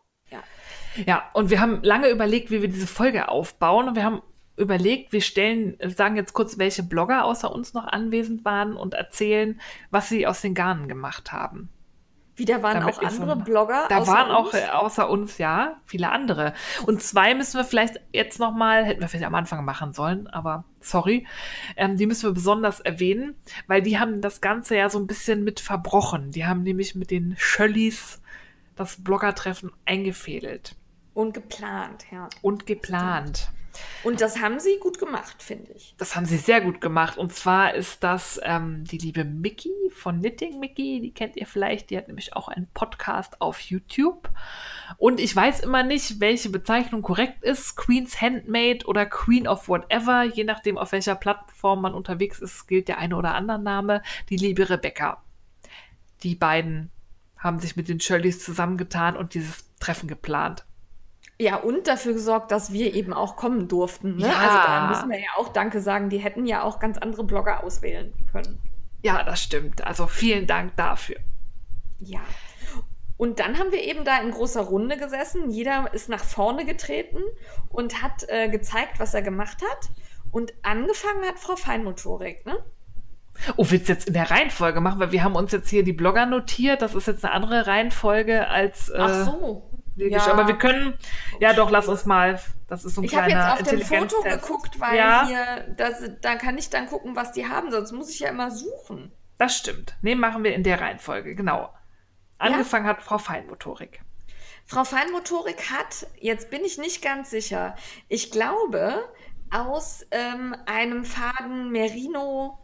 Ja, und wir haben lange überlegt, wie wir diese Folge aufbauen. Und wir haben überlegt, sagen jetzt kurz, welche Blogger außer uns noch anwesend waren und erzählen, was sie aus den Garnen gemacht haben. Da waren auch andere Blogger da waren auch außer uns, viele andere. Und 2 müssen wir vielleicht jetzt nochmal, hätten wir vielleicht am Anfang machen sollen, aber sorry, die müssen wir besonders erwähnen, weil die haben das Ganze ja so ein bisschen mit verbrochen. Die haben nämlich mit den Schöllis das Bloggertreffen eingefädelt. Und geplant, ja. Und geplant. Und das haben sie gut gemacht, finde ich. Das haben sie sehr gut gemacht. Und zwar ist das die liebe Mickey von Knitting Mickey. Die kennt ihr vielleicht. Die hat nämlich auch einen Podcast auf YouTube. Und ich weiß immer nicht, welche Bezeichnung korrekt ist. Queen's Handmade oder Queen of Whatever. Je nachdem, auf welcher Plattform man unterwegs ist, gilt der eine oder andere Name. Die liebe Rebecca. Die beiden haben sich mit den Shirleys zusammengetan und dieses Treffen geplant. Ja, und dafür gesorgt, dass wir eben auch kommen durften. Ne? Ja. Also da müssen wir ja auch Danke sagen. Die hätten ja auch ganz andere Blogger auswählen können. Ja, das stimmt. Also vielen Dank dafür. Ja. Und dann haben wir eben da in großer Runde gesessen. Jeder ist nach vorne getreten und hat gezeigt, was er gemacht hat. Und angefangen hat Frau Feinmotorik, ne? Oh, willst du jetzt in der Reihenfolge machen? Weil wir haben uns jetzt hier die Blogger notiert. Das ist jetzt eine andere Reihenfolge als... Ach so. Ja. Aber wir können, doch, lass uns mal, das ist so ein kleiner Intelligenztest. Ich habe jetzt auf dem Foto geguckt, weil hier, da kann ich dann gucken, was die haben, sonst muss ich ja immer suchen. Das stimmt. Nee, machen wir in der Reihenfolge, genau. Angefangen hat Frau Feinmotorik. Frau Feinmotorik hat, jetzt bin ich nicht ganz sicher, ich glaube, aus einem Faden Merino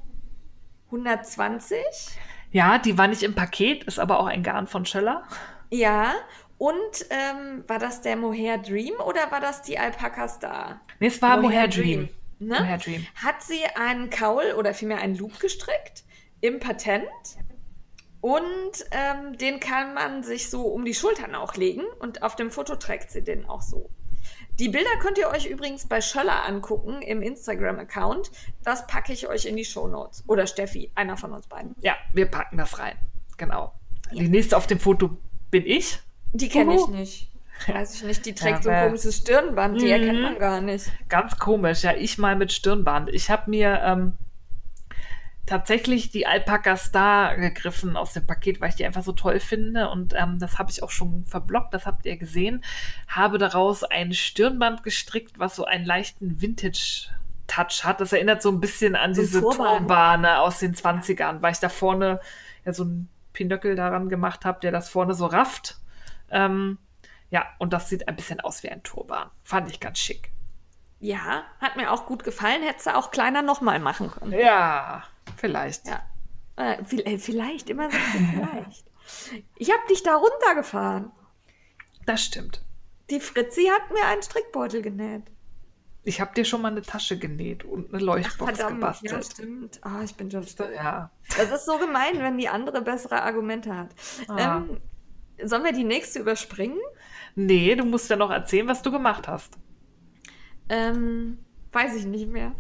120. Ja, die war nicht im Paket, ist aber auch ein Garn von Schöller. Ja, und war das der Mohair Dream oder war das die Alpaca Star? Nee, es war Mohair Dream. Ne? Mohair Dream. Hat sie einen Kaul oder vielmehr einen Loop gestrickt im Patent und den kann man sich so um die Schultern auch legen und auf dem Foto trägt sie den auch so. Die Bilder könnt ihr euch übrigens bei Schöller angucken im Instagram-Account. Das packe ich euch in die Shownotes. Oder Steffi, einer von uns beiden. Ja, wir packen das rein. Genau. Ja. Die nächste auf dem Foto bin ich. Die kenne ich nicht. Weiß ich nicht. Die trägt so ein komisches Stirnband. Die erkennt man gar nicht. Ganz komisch. Ja, ich mal mit Stirnband. Ich habe mir tatsächlich die Alpaca Star gegriffen aus dem Paket, weil ich die einfach so toll finde. Und das habe ich auch schon verblockt. Das habt ihr gesehen. Habe daraus ein Stirnband gestrickt, was so einen leichten Vintage-Touch hat. Das erinnert so ein bisschen an so diese Turbane aus den 20ern, weil ich da vorne so einen Pinöckel daran gemacht habe, der das vorne so rafft. Und das sieht ein bisschen aus wie ein Turban. Fand ich ganz schick. Ja, hat mir auch gut gefallen. Hättest du auch kleiner nochmal machen können. Ja, vielleicht. Ja. Vielleicht, immer so vielleicht. Ich habe dich da runtergefahren. Das stimmt. Die Fritzi hat mir einen Strickbeutel genäht. Ich habe dir schon mal eine Tasche genäht und eine Ach, Leuchtbox verdammt, ja, gebastelt. stimmt. Ah, ich bin schon. Ja. Das ist so gemein, wenn die andere bessere Argumente hat. Ah. Sollen wir die nächste überspringen? Nee, du musst ja noch erzählen, was du gemacht hast. Weiß ich nicht mehr.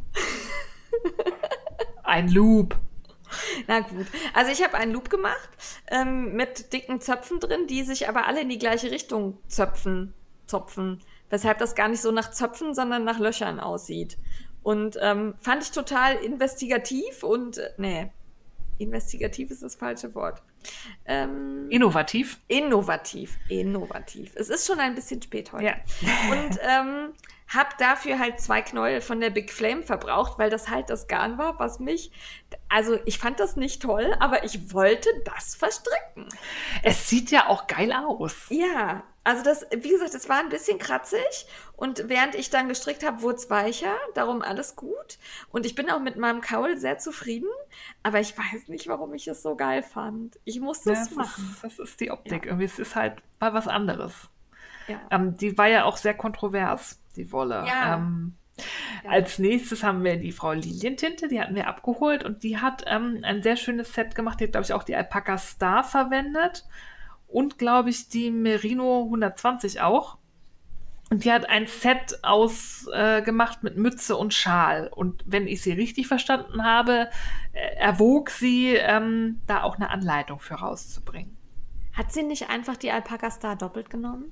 Ein Loop. Na gut. Also ich habe einen Loop gemacht mit dicken Zöpfen drin, die sich aber alle in die gleiche Richtung zopfen. Weshalb das gar nicht so nach Zöpfen, sondern nach Löchern aussieht. Und fand ich total investigativ und, nee, investigativ ist das falsche Wort. Innovativ. Innovativ. Es ist schon ein bisschen spät heute. Ja. Und habe dafür halt 2 Knäuel von der Big Flame verbraucht, weil das halt das Garn war, was mich, also ich fand das nicht toll, aber ich wollte das verstricken. Es sieht ja auch geil aus. Ja, also das, wie gesagt, es war ein bisschen kratzig und während ich dann gestrickt habe, wurde es weicher, darum alles gut. Und ich bin auch mit meinem Kaul sehr zufrieden, aber ich weiß nicht, warum ich es so geil fand. Ich musste Ja, es machen. das ist die Optik. Ja. Irgendwie, es ist halt mal was anderes. Ja. Die war ja auch sehr kontrovers, die Wolle. Ja. Ja. Als nächstes haben wir die Frau Lilientinte, die hatten wir abgeholt und die hat ein sehr schönes Set gemacht. Die hat, glaube ich, auch die Alpaca Star verwendet und, glaube ich, die Merino 120 auch. Und die hat ein Set gemacht mit Mütze und Schal. Und wenn ich sie richtig verstanden habe, erwog sie, da auch eine Anleitung für rauszubringen. Hat sie nicht einfach die Alpaca Star doppelt genommen?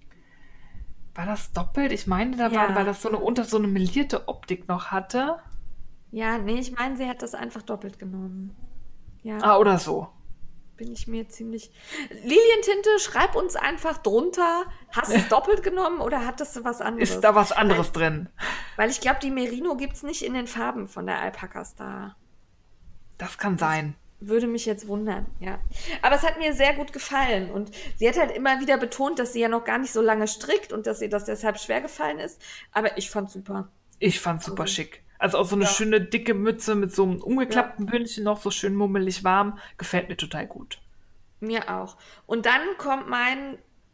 War das doppelt? Ich meine, da Ja. war, weil das so eine melierte Optik noch hatte. Ja, nee, ich meine, sie hat das einfach doppelt genommen. Ja, Ah, oder so. bin ich mir ziemlich. Lilientinte, schreib uns einfach drunter, hast du es doppelt genommen oder hattest du was anderes? Ist da was anderes drin? Weil ich glaube, die Merino gibt es nicht in den Farben von der Alpaca Star. Das kann sein. Würde mich jetzt wundern, ja. Aber es hat mir sehr gut gefallen. Und sie hat halt immer wieder betont, dass sie ja noch gar nicht so lange strickt und dass ihr das deshalb schwer gefallen ist. Aber ich fand's super. Ich fand's super schick. Also auch so eine schöne dicke Mütze mit so einem umgeklappten Bündchen noch, so schön mummelig warm. Gefällt mir total gut. Mir auch. Und dann kommt mein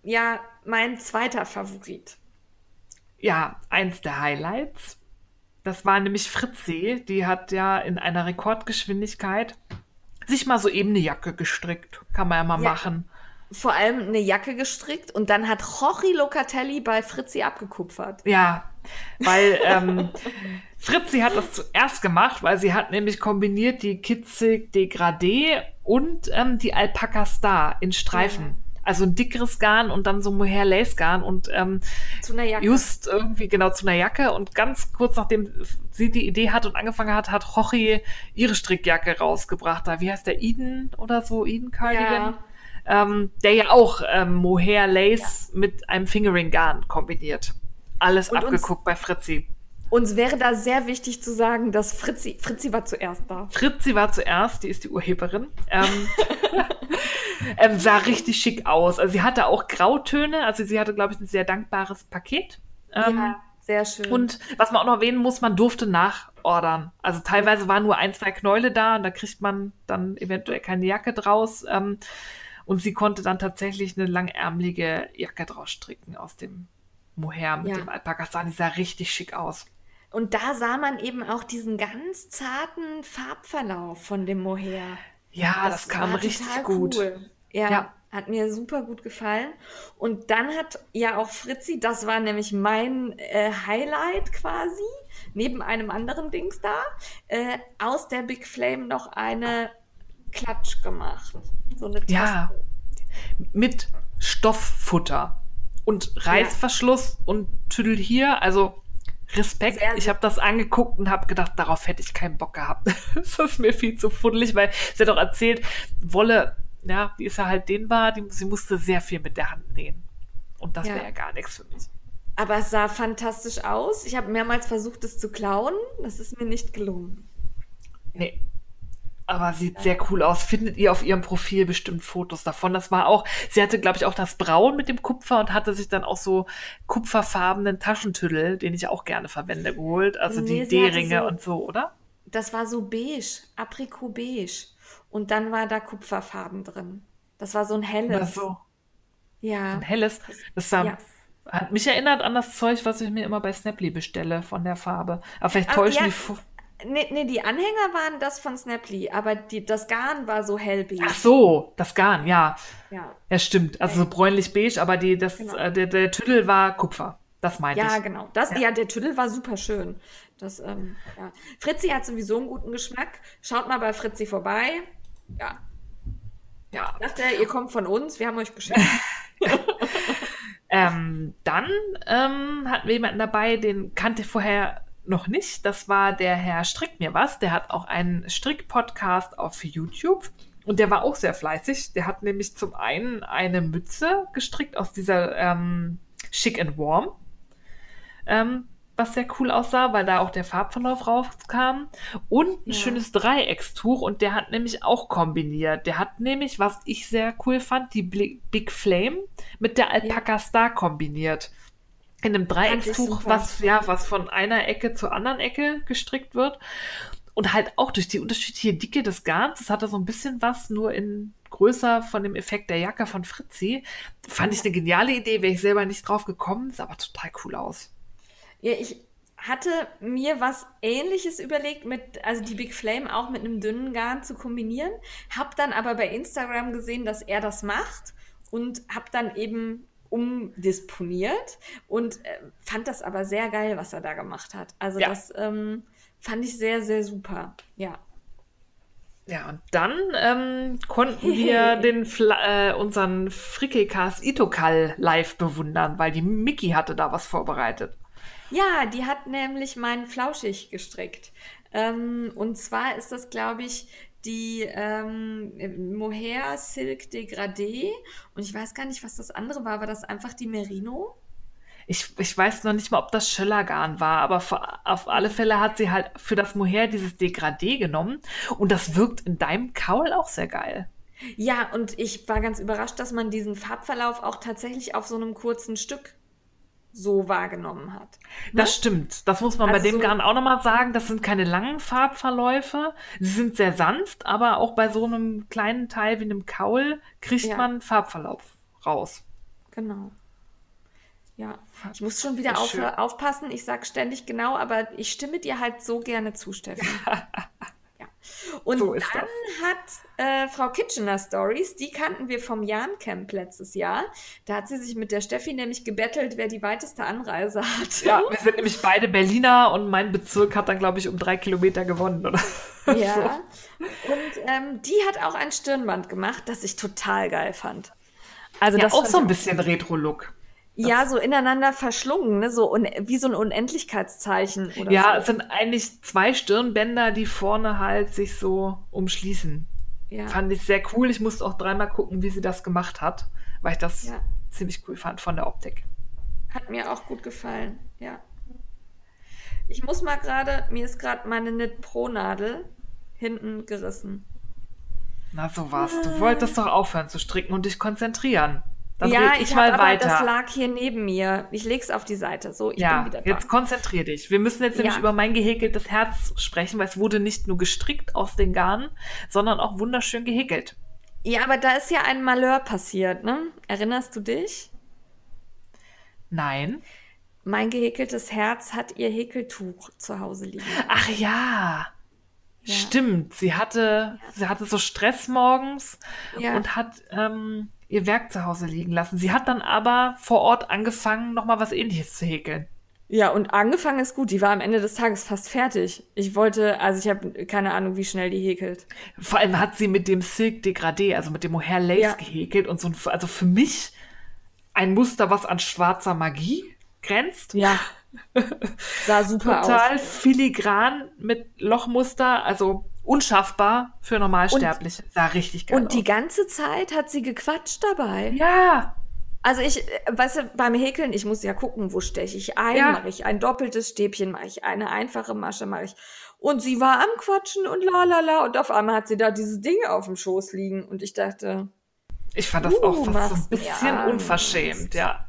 zweiter Favorit. Ja, eins der Highlights. Das war nämlich Fritzi. Die hat ja in einer Rekordgeschwindigkeit sich mal so eben eine Jacke gestrickt. Kann man ja mal Ja. machen. Vor allem eine Jacke gestrickt und dann hat Jorge Locatelli bei Fritzi abgekupfert. Ja, weil Fritzi hat das zuerst gemacht, weil sie hat nämlich kombiniert die Kitzig Degradé und die Alpaca Star in Streifen. Also ein dickeres Garn und dann so Mohair Lace Garn und Zu einer Jacke. just irgendwie genau zu einer Jacke. Und ganz kurz nachdem sie die Idee hat und angefangen hat, hat Jorge ihre Strickjacke rausgebracht. Da, wie heißt der, Eden oder so, Eden Cardigan? Der ja auch Mohair Lace mit einem Fingering Garn kombiniert. Alles Und uns- abgeguckt bei Fritzi. Uns wäre da sehr wichtig zu sagen, dass Fritzi war zuerst da. Fritzi war zuerst, die ist die Urheberin. Sah richtig schick aus. Also sie hatte auch Grautöne, also sie hatte, glaube ich, ein sehr dankbares Paket. Ja, sehr schön. Und was man auch noch erwähnen muss, man durfte nachordern. Also teilweise waren nur 1, 2 Knäule da und da kriegt man dann eventuell keine Jacke draus. Und sie konnte dann tatsächlich eine langärmelige Jacke draus stricken aus dem Mohair mit Ja. dem Alpaca Star. Die sah richtig schick aus. Und da sah man eben auch diesen ganz zarten Farbverlauf von dem Mohair. Ja, das kam war richtig total gut. Cool. Ja, Ja. hat mir super gut gefallen. Und dann hat ja auch Fritzi, das war nämlich mein Highlight quasi, neben einem anderen Dings da, aus der Big Flame noch eine Klatsch gemacht. So eine Ja, mit Stofffutter und Reißverschluss und Tüdel hier. Also Respekt. Sehr, sehr- Ich habe das angeguckt und habe gedacht, darauf hätte ich keinen Bock gehabt. Das ist mir viel zu fuddelig, weil sie hat auch erzählt, Wolle, ja, die ist ja halt dehnbar, sie musste sehr viel mit der Hand nähen. Und das Ja. wäre ja gar nichts für mich. Aber es sah fantastisch aus. Ich habe mehrmals versucht, es zu klauen. Das ist mir nicht gelungen. Nee. Aber sieht sehr cool aus. Findet ihr auf ihrem Profil bestimmt Fotos davon. Das war auch, sie hatte, glaube ich, auch das Braun mit dem Kupfer und hatte sich dann auch so kupferfarbenen Taschentüdel, den ich auch gerne verwende, geholt. Also Nee, die sie hatte D-Ringe so- und so, oder? Das war so beige, Aprikot-beige. Und dann war da Kupferfarben drin. Das war so ein helles. Oder so. Ja. Ein helles. Das sah Ja. Hat mich erinnert an das Zeug, was ich mir immer bei Snapply bestelle von der Farbe. Aber vielleicht Ach, täuschen ja, die. nee, die Anhänger waren das von Snapply, aber das Garn war so hellbeige. Ach so, das Garn, ja. Ja, Ja, stimmt. Also so bräunlich-beige, aber genau. der Tüdel war Kupfer. Das meinte Ja, ich. genau. Ja, der Tüdel war super schön. Ja. Fritzi hat sowieso einen guten Geschmack. Schaut mal bei Fritzi vorbei. Ja. Ja. Dachte, ihr kommt von uns, wir haben euch geschenkt. Dann hatten wir jemanden dabei, den kannte ich vorher noch nicht. Das war der Herr Strick mir was. Der hat auch einen Strick-Podcast auf YouTube. Und der war auch sehr fleißig. Der hat nämlich zum einen eine Mütze gestrickt aus dieser Chic and Warm, was sehr cool aussah, weil da auch der Farbverlauf rauskam. Und ein schönes Dreieckstuch. Und der hat nämlich auch kombiniert. Der hat nämlich, was ich sehr cool fand, die Big Flame mit der Alpaca Star kombiniert. In einem Dreieckstuch, was von einer Ecke zur anderen Ecke gestrickt wird. Und halt auch durch die unterschiedliche Dicke des Garns, das hatte so ein bisschen was, nur in größer von dem Effekt der Jacke von Fritzi. Fand ich eine geniale Idee, wäre ich selber nicht drauf gekommen, sah aber total cool aus. Ja, ich hatte mir was Ähnliches überlegt, also die Big Flame auch mit einem dünnen Garn zu kombinieren. Hab dann aber bei Instagram gesehen, dass er das macht und hab dann eben umdisponiert und fand das aber sehr geil, was er da gemacht hat. Also das fand ich sehr, sehr super. Ja. Ja, und dann konnten wir unseren Frickelcast Itokal live bewundern, weil die Miki hatte da was vorbereitet. Ja, die hat nämlich meinen Flauschig gestrickt. Und zwar ist das, glaube ich, die Mohair Silk Degradé. Und ich weiß gar nicht, was das andere war. War das einfach die Merino? Ich weiß noch nicht mal, ob das Schöllergarn war, aber auf alle Fälle hat sie halt für das Mohair dieses Degradé genommen. Und das wirkt in deinem Kaul auch sehr geil. Ja, und ich war ganz überrascht, dass man diesen Farbverlauf auch tatsächlich auf so einem kurzen Stück so wahrgenommen hat. Ne? Das stimmt. Das muss man bei dem Garn auch nochmal sagen. Das sind keine langen Farbverläufe. Sie sind sehr sanft, aber auch bei so einem kleinen Teil wie einem Kaul kriegt man Farbverlauf raus. Genau. Ja, ich muss schon wieder aufpassen. Ich sage ständig genau, aber ich stimme dir halt so gerne zu, Steffi. Ja. Und so dann hat Frau Kitchener Stories, die kannten wir vom Jahn-Camp letztes Jahr. Da hat sie sich mit der Steffi nämlich gebettelt, wer die weiteste Anreise hat. Ja, wir sind nämlich beide Berliner und mein Bezirk hat dann, glaube ich, um 3 Kilometer gewonnen, oder? Ja, so. Und die hat auch ein Stirnband gemacht, das ich total geil fand. Also das auch so ein bisschen Retro-Look. Ja, so ineinander verschlungen, ne? So wie so ein Unendlichkeitszeichen. Oder ja, so. Es sind eigentlich 2 Stirnbänder, die vorne halt sich so umschließen. Ja. Fand ich sehr cool. Ich musste auch 3-mal gucken, wie sie das gemacht hat, weil ich das ziemlich cool fand von der Optik. Hat mir auch gut gefallen, ja. Ich muss mal mir ist gerade meine Knit Pro Nadel hinten gerissen. Na sowas, du wolltest doch aufhören zu stricken und dich konzentrieren. Dann ich mal aber weiter. Das lag hier neben mir. Ich leg's auf die Seite. So, ich bin wieder da. Jetzt konzentrier dich. Wir müssen jetzt nämlich über mein gehäkeltes Herz sprechen, weil es wurde nicht nur gestrickt aus den Garnen, sondern auch wunderschön gehäkelt. Ja, aber da ist ja ein Malheur passiert, ne? Erinnerst du dich? Nein. Mein gehäkeltes Herz hat ihr Häkeltuch zu Hause liegen. Ach ja. Stimmt. Sie hatte so Stress morgens und hat ihr Werk zu Hause liegen lassen. Sie hat dann aber vor Ort angefangen, nochmal was Ähnliches zu häkeln. Ja, und angefangen ist gut. Die war am Ende des Tages fast fertig. Ich habe keine Ahnung, wie schnell die häkelt. Vor allem hat sie mit dem Silk Degradé, also mit dem Mohair Lace gehäkelt und also für mich ein Muster, was an schwarzer Magie grenzt. Ja. Sah super aus. Total filigran mit Lochmuster, also unschaffbar für Normalsterbliche. Sah richtig geil aus. Und die ganze Zeit hat sie gequatscht dabei. Ja. Also weißt du, beim Häkeln, ich muss ja gucken, wo steche ich ein, mache ich ein doppeltes Stäbchen, mache ich eine einfache Masche, mache ich. Und sie war am Quatschen und lalala und auf einmal hat sie da dieses Ding auf dem Schoß liegen und ich dachte. Ich fand das auch fast so ein bisschen unverschämt, ja.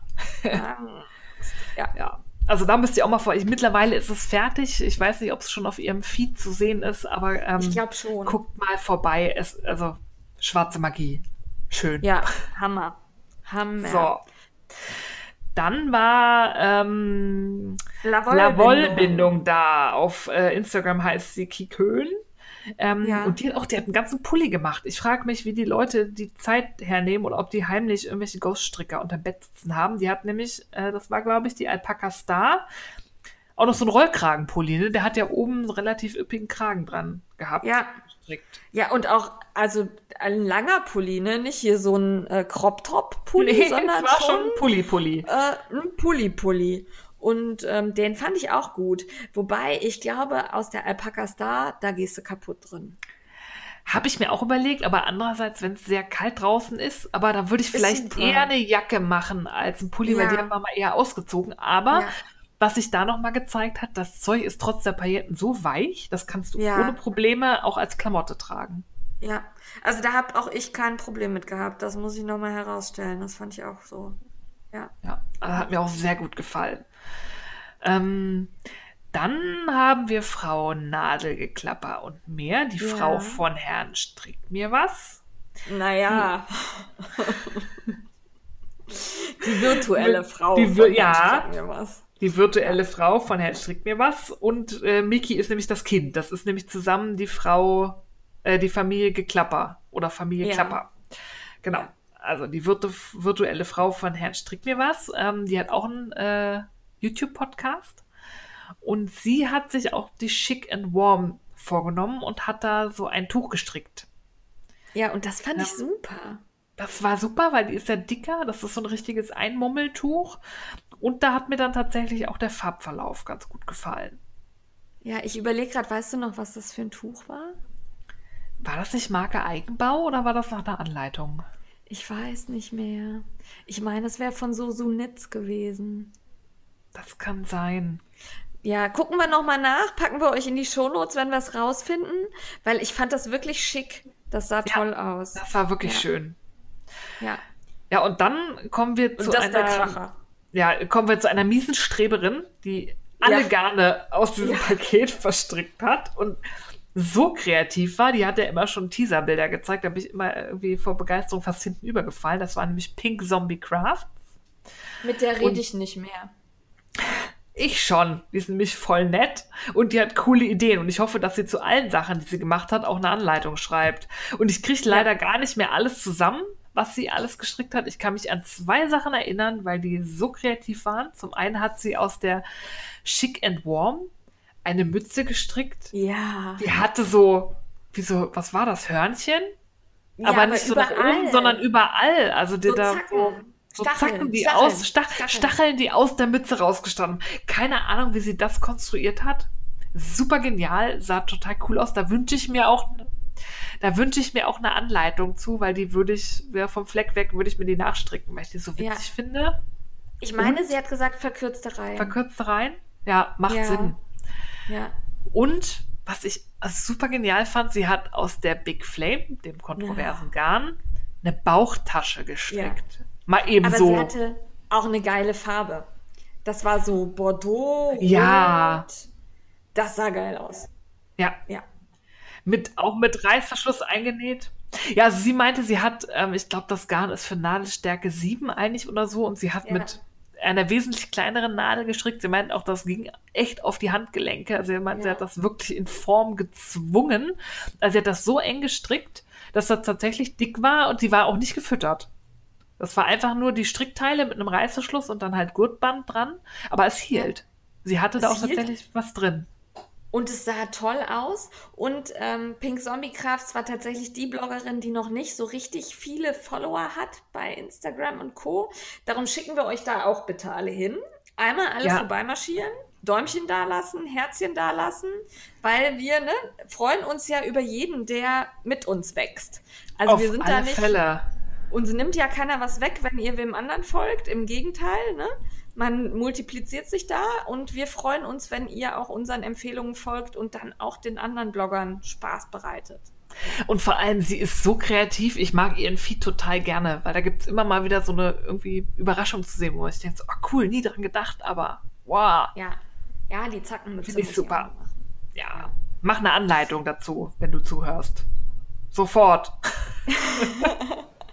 Ja. Also da müsst ihr auch mal mittlerweile ist es fertig. Ich weiß nicht, ob es schon auf ihrem Feed zu sehen ist, aber ich glaube schon. Guckt mal vorbei. Also schwarze Magie. Schön. Ja, Hammer. So. Dann war Lavoll-Bindung da. Auf Instagram heißt sie Kikön. Und die hat einen ganzen Pulli gemacht. Ich frage mich, wie die Leute die Zeit hernehmen oder ob die heimlich irgendwelche Ghoststricker unter dem Bett sitzen haben. Die hat nämlich, das war glaube ich die Alpaca Star, auch noch so einen Rollkragenpulli. Ne? Der hat ja oben einen relativ üppigen Kragen dran gehabt. Ja. Gestrickt. Ja, und auch, also ein langer Pulli, ne? Nicht hier so ein Crop-Top-Pulli, sondern es war schon ein Pulli-Pulli. Ein Pulli-Pulli. Und den fand ich auch gut. Wobei, ich glaube, aus der Alpaca Star, da gehst du kaputt drin. Habe ich mir auch überlegt, aber andererseits, wenn es sehr kalt draußen ist, aber da würde ich vielleicht eher eine Jacke machen als ein Pulli, weil die haben wir mal eher ausgezogen. Aber was sich da nochmal gezeigt hat, das Zeug ist trotz der Pailletten so weich, das kannst du ohne Probleme auch als Klamotte tragen. Ja, also da habe auch ich kein Problem mit gehabt. Das muss ich nochmal herausstellen. Das fand ich auch so. Ja, also hat mir auch sehr gut gefallen. Dann haben wir Frau Nadelgeklapper und mehr. Die Frau von Herrn strickt mir was. Naja. Die virtuelle Frau von Herrn strickt mir was. Die virtuelle Frau von Herrn strickt mir was. Und Miki ist nämlich das Kind. Das ist nämlich zusammen die Familie Geklapper oder Familie Klapper. Genau. Also die virtuelle Frau von Herrn strickt mir was. Die hat auch einen YouTube-Podcast. Und sie hat sich auch die Chic and Warm vorgenommen und hat da so ein Tuch gestrickt. Ja, und das fand ich super. Das war super, weil die ist ja dicker. Das ist so ein richtiges Einmummeltuch. Und da hat mir dann tatsächlich auch der Farbverlauf ganz gut gefallen. Ja, ich überlege gerade, weißt du noch, was das für ein Tuch war? War das nicht Marke Eigenbau oder war das nach einer Anleitung? Ich weiß nicht mehr. Ich meine, es wäre von Sunitz gewesen. Das kann sein. Ja, gucken wir nochmal nach, packen wir euch in die Shownotes, wenn wir es rausfinden, weil ich fand das wirklich schick. Das sah toll aus. Das war wirklich schön. Ja. Ja, und dann kommen wir zu einer miesen Streberin, die alle Garne aus diesem Paket verstrickt hat und so kreativ war. Die hat ja immer schon Teaserbilder gezeigt, da bin ich immer irgendwie vor Begeisterung fast hinten übergefallen. Das war nämlich Pink Zombie Crafts. Mit der rede ich nicht mehr. Ich schon. Die ist nämlich voll nett und die hat coole Ideen. Und ich hoffe, dass sie zu allen Sachen, die sie gemacht hat, auch eine Anleitung schreibt. Und ich kriege leider gar nicht mehr alles zusammen, was sie alles gestrickt hat. Ich kann mich an 2 Sachen erinnern, weil die so kreativ waren. Zum einen hat sie aus der Chic and Warm eine Mütze gestrickt. Ja. Die hatte was war das, Hörnchen? Ja, aber nicht so nach oben, sondern überall. Also die da Stacheln, die aus der Mütze rausgestanden. Keine Ahnung, wie sie das konstruiert hat. Super genial, sah total cool aus. Da wünsche ich mir auch eine Anleitung zu, weil die vom Fleck weg würde ich mir die nachstricken, weil ich die so witzig finde. Ich meine, sie hat gesagt, verkürzte Reihen. Verkürzte Reihen? Ja, macht Sinn. Ja. Und was ich super genial fand, sie hat aus der Big Flame, dem kontroversen Garn, eine Bauchtasche gestrickt. Mal eben aber so. Sie hatte auch eine geile Farbe. Das war so Bordeaux. Ja. Rot. Das sah geil aus. Ja. Ja. Auch mit Reißverschluss eingenäht. Ja, also sie meinte, sie hat, ich glaube, das Garn ist für Nadelstärke 7 eigentlich oder so und sie hat mit einer wesentlich kleineren Nadel gestrickt. Sie meint auch, das ging echt auf die Handgelenke. Also sie meint, sie hat das wirklich in Form gezwungen. Also sie hat das so eng gestrickt, dass das tatsächlich dick war und sie war auch nicht gefüttert. Das war einfach nur die Strickteile mit einem Reißverschluss und dann halt Gurtband dran. Aber es hielt. Ja. Sie hatte da auch tatsächlich was drin. Und es sah toll aus. Und Pink Zombie Crafts war tatsächlich die Bloggerin, die noch nicht so richtig viele Follower hat bei Instagram und Co. Darum schicken wir euch da auch bitte alle hin. Einmal alle vorbeimarschieren, Däumchen dalassen, Herzchen dalassen, weil wir freuen uns ja über jeden, der mit uns wächst. Also auf wir sind alle da nicht. Fälle. Uns nimmt ja keiner was weg, wenn ihr wem anderen folgt. Im Gegenteil, ne? Man multipliziert sich da und wir freuen uns, wenn ihr auch unseren Empfehlungen folgt und dann auch den anderen Bloggern Spaß bereitet. Und vor allem, sie ist so kreativ. Ich mag ihren Feed total gerne, weil da gibt es immer mal wieder so eine irgendwie Überraschung zu sehen, wo ich denke, so, cool, nie dran gedacht, aber wow. Ja, die Zackenmütze. Finde ich super. Ja, mach eine Anleitung dazu, wenn du zuhörst. Sofort.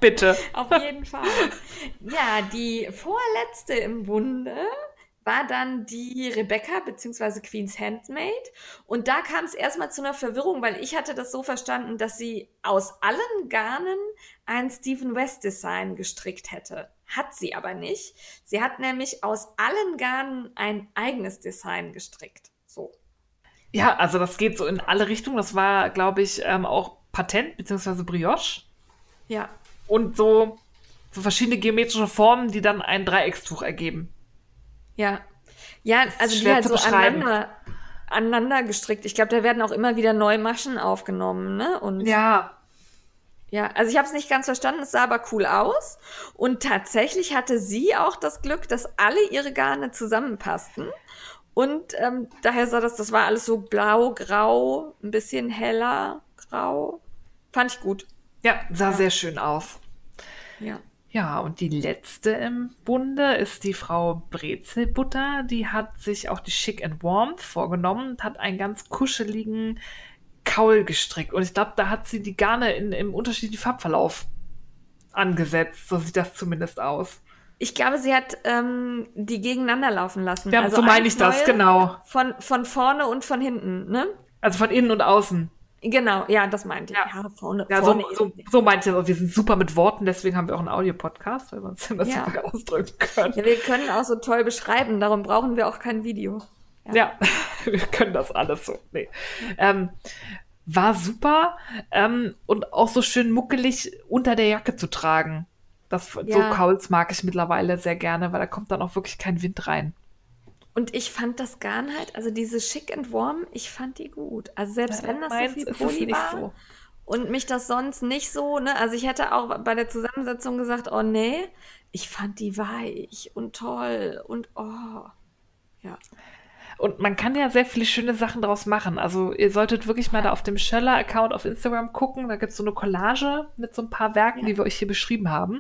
bitte. Auf jeden Fall. Ja, die vorletzte im Bunde war dann die Rebecca bzw. Queen's Handmaid. Und da kam es erstmal zu einer Verwirrung, weil ich hatte das so verstanden, dass sie aus allen Garnen ein Stephen West Design gestrickt hätte. Hat sie aber nicht. Sie hat nämlich aus allen Garnen ein eigenes Design gestrickt. So. Ja, also das geht so in alle Richtungen. Das war, glaube ich, auch Patent bzw. Brioche. Ja. Und so verschiedene geometrische Formen, die dann ein Dreieckstuch ergeben. Ja. Ja, also die halt so aneinander gestrickt. Ich glaube, da werden auch immer wieder neue Maschen aufgenommen, ne? Und ja, also ich habe es nicht ganz verstanden, es sah aber cool aus. Und tatsächlich hatte sie auch das Glück, dass alle ihre Garne zusammenpassten. Und daher sah das war alles so blau, grau, ein bisschen heller, grau. Fand ich gut. Ja, sah sehr schön aus. Ja. Ja, und die letzte im Bunde ist die Frau Brezelbutter. Die hat sich auch die Chic and Warmth vorgenommen und hat einen ganz kuscheligen Kaul gestrickt. Und ich glaube, da hat sie die Garne im unterschiedlichen Farbverlauf angesetzt. So sieht das zumindest aus. Ich glaube, sie hat die gegeneinander laufen lassen. Ja, also so meine ich das, genau. Von vorne und von hinten, ne? Also von innen und außen. Genau, ja, das meinte ich. Ja, vorne. So meinte ich das. Wir sind super mit Worten, deswegen haben wir auch einen Audio-Podcast, weil wir uns das super ausdrücken können. Ja, wir können auch so toll beschreiben, darum brauchen wir auch kein Video. Ja, wir können das alles so. Nee. War super und auch so schön muckelig unter der Jacke zu tragen. So Kauls mag ich mittlerweile sehr gerne, weil da kommt dann auch wirklich kein Wind rein. Und ich fand das Garn halt, also diese Chic and Warm, ich fand die gut. Also selbst wenn das so viel Poly war so. Und mich das sonst nicht so, ne, also ich hätte auch bei der Zusammensetzung gesagt, oh nee, ich fand die weich und toll und ja. Und man kann ja sehr viele schöne Sachen draus machen. Also ihr solltet wirklich mal da auf dem Schöller-Account auf Instagram gucken. Da gibt es so eine Collage mit so ein paar Werken, die wir euch hier beschrieben haben.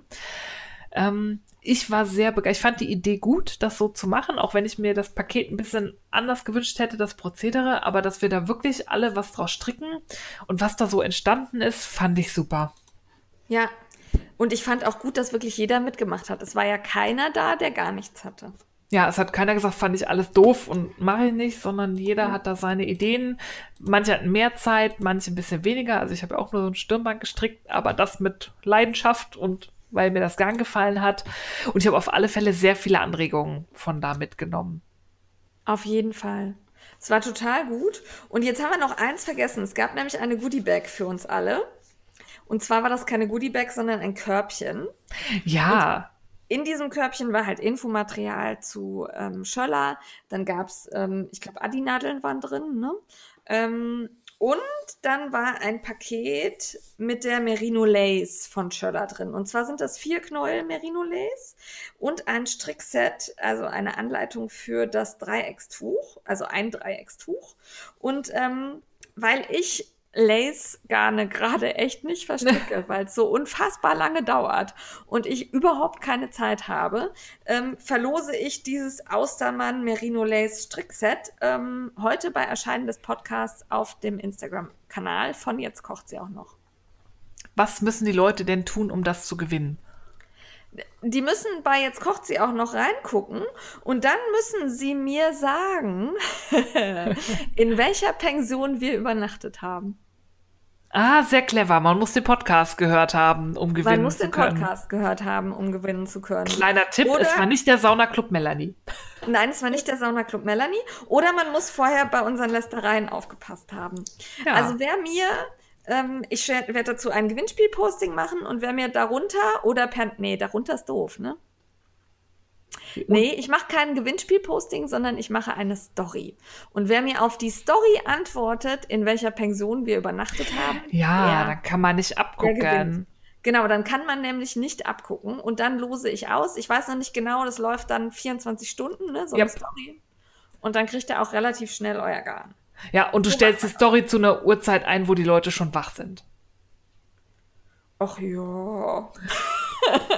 Ich war sehr begeistert. Ich fand die Idee gut, das so zu machen, auch wenn ich mir das Paket ein bisschen anders gewünscht hätte, das Prozedere. Aber dass wir da wirklich alle was draus stricken und was da so entstanden ist, fand ich super. Ja, und ich fand auch gut, dass wirklich jeder mitgemacht hat. Es war ja keiner da, der gar nichts hatte. Ja, es hat keiner gesagt, fand ich alles doof und mache ich nicht, sondern jeder hat da seine Ideen. Manche hatten mehr Zeit, manche ein bisschen weniger. Also ich habe ja auch nur so ein Stirnband gestrickt, aber das mit Leidenschaft und weil mir das Garn gefallen hat. Und ich habe auf alle Fälle sehr viele Anregungen von da mitgenommen. Auf jeden Fall. Es war total gut. Und jetzt haben wir noch eins vergessen. Es gab nämlich eine Goodie-Bag für uns alle. Und zwar war das keine Goodie-Bag, sondern ein Körbchen. Ja. Und in diesem Körbchen war halt Infomaterial zu Schöller. Dann gab es, ich glaube, Adi-Nadeln waren drin, ne? Und dann war ein Paket mit der Merino Lace von Schöller drin. Und zwar sind das 4 Knäuel Merino Lace und ein Strickset, also eine Anleitung für das Dreieckstuch, also ein Dreieckstuch. Und weil ich Lace-Garne gerade echt nicht verstricke, weil es so unfassbar lange dauert und ich überhaupt keine Zeit habe, verlose ich dieses Austermann Merino Lace Strickset heute bei Erscheinen des Podcasts auf dem Instagram-Kanal von Jetzt kocht sie auch noch. Was müssen die Leute denn tun, um das zu gewinnen? Die müssen bei Jetzt kocht sie auch noch reingucken und dann müssen sie mir sagen, in welcher Pension wir übernachtet haben. Ah, sehr clever. Man muss den Podcast gehört haben, um gewinnen zu können. Man muss den Podcast gehört haben, um gewinnen zu können. Kleiner Tipp, es war nicht der Saunaclub Melanie. Nein, es war nicht der Saunaclub Melanie. Oder man muss vorher bei unseren Lästereien aufgepasst haben. Ja. Also wer mir... ich werde dazu ein Gewinnspiel-Posting machen und wer mir darunter oder darunter ist doof, ne? Nee, ich mache kein Gewinnspiel-Posting, sondern ich mache eine Story. Und wer mir auf die Story antwortet, in welcher Pension wir übernachtet haben, dann kann man nicht abgucken. Genau, dann kann man nämlich nicht abgucken und dann lose ich aus. Ich weiß noch nicht genau, das läuft dann 24 Stunden, ne, so eine Story. Und dann kriegt ihr auch relativ schnell euer Garn. Ja, und du stellst die Story zu einer Uhrzeit ein, wo die Leute schon wach sind. Ach ja.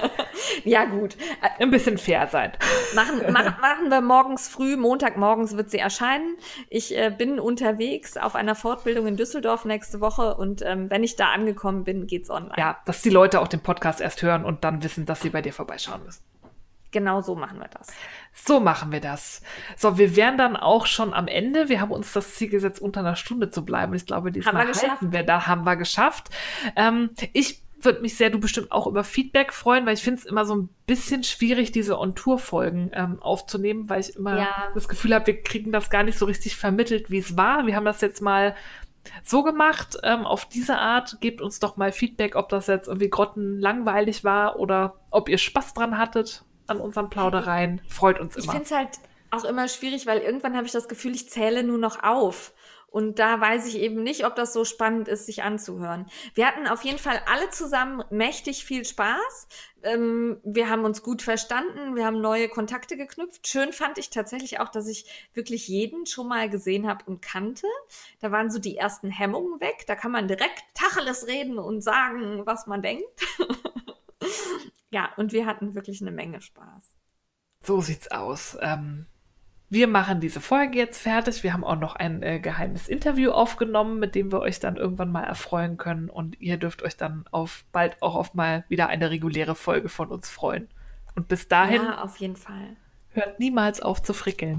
Ja, gut. Ein bisschen fair sein. Machen wir morgens früh, Montagmorgens wird sie erscheinen. Ich bin unterwegs auf einer Fortbildung in Düsseldorf nächste Woche und wenn ich da angekommen bin, geht's online. Ja, dass die Leute auch den Podcast erst hören und dann wissen, dass sie bei dir vorbeischauen müssen. Genau so machen wir das. So machen wir das. So, wir wären dann auch schon am Ende. Wir haben uns das Ziel gesetzt, unter einer Stunde zu bleiben. Und ich glaube, diesmal halten wir da, haben wir geschafft. Ich würde mich sehr, du bestimmt auch über Feedback freuen, weil ich finde es immer so ein bisschen schwierig, diese On-Tour-Folgen aufzunehmen, weil ich immer das Gefühl habe, wir kriegen das gar nicht so richtig vermittelt, wie es war. Wir haben das jetzt mal so gemacht, auf diese Art. Gebt uns doch mal Feedback, ob das jetzt irgendwie grottenlangweilig war oder ob ihr Spaß dran hattet an unseren Plaudereien. Freut uns immer. Ich finde es halt auch immer schwierig, weil irgendwann habe ich das Gefühl, ich zähle nur noch auf. Und da weiß ich eben nicht, ob das so spannend ist, sich anzuhören. Wir hatten auf jeden Fall alle zusammen mächtig viel Spaß. Wir haben uns gut verstanden. Wir haben neue Kontakte geknüpft. Schön fand ich tatsächlich auch, dass ich wirklich jeden schon mal gesehen habe und kannte. Da waren so die ersten Hemmungen weg. Da kann man direkt Tacheles reden und sagen, was man denkt. Ja, und wir hatten wirklich eine Menge Spaß. So sieht's aus. Wir machen diese Folge jetzt fertig. Wir haben auch noch ein geheimes Interview aufgenommen, mit dem wir euch dann irgendwann mal erfreuen können. Und ihr dürft euch dann bald auch auf mal wieder eine reguläre Folge von uns freuen. Und bis dahin, ja, auf jeden Fall. Hört niemals auf zu frickeln.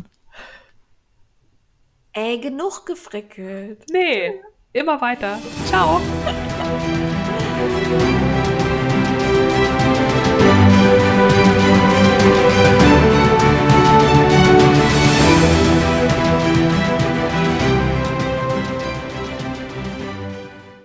Genug gefrickelt. Nee, immer weiter. Ciao.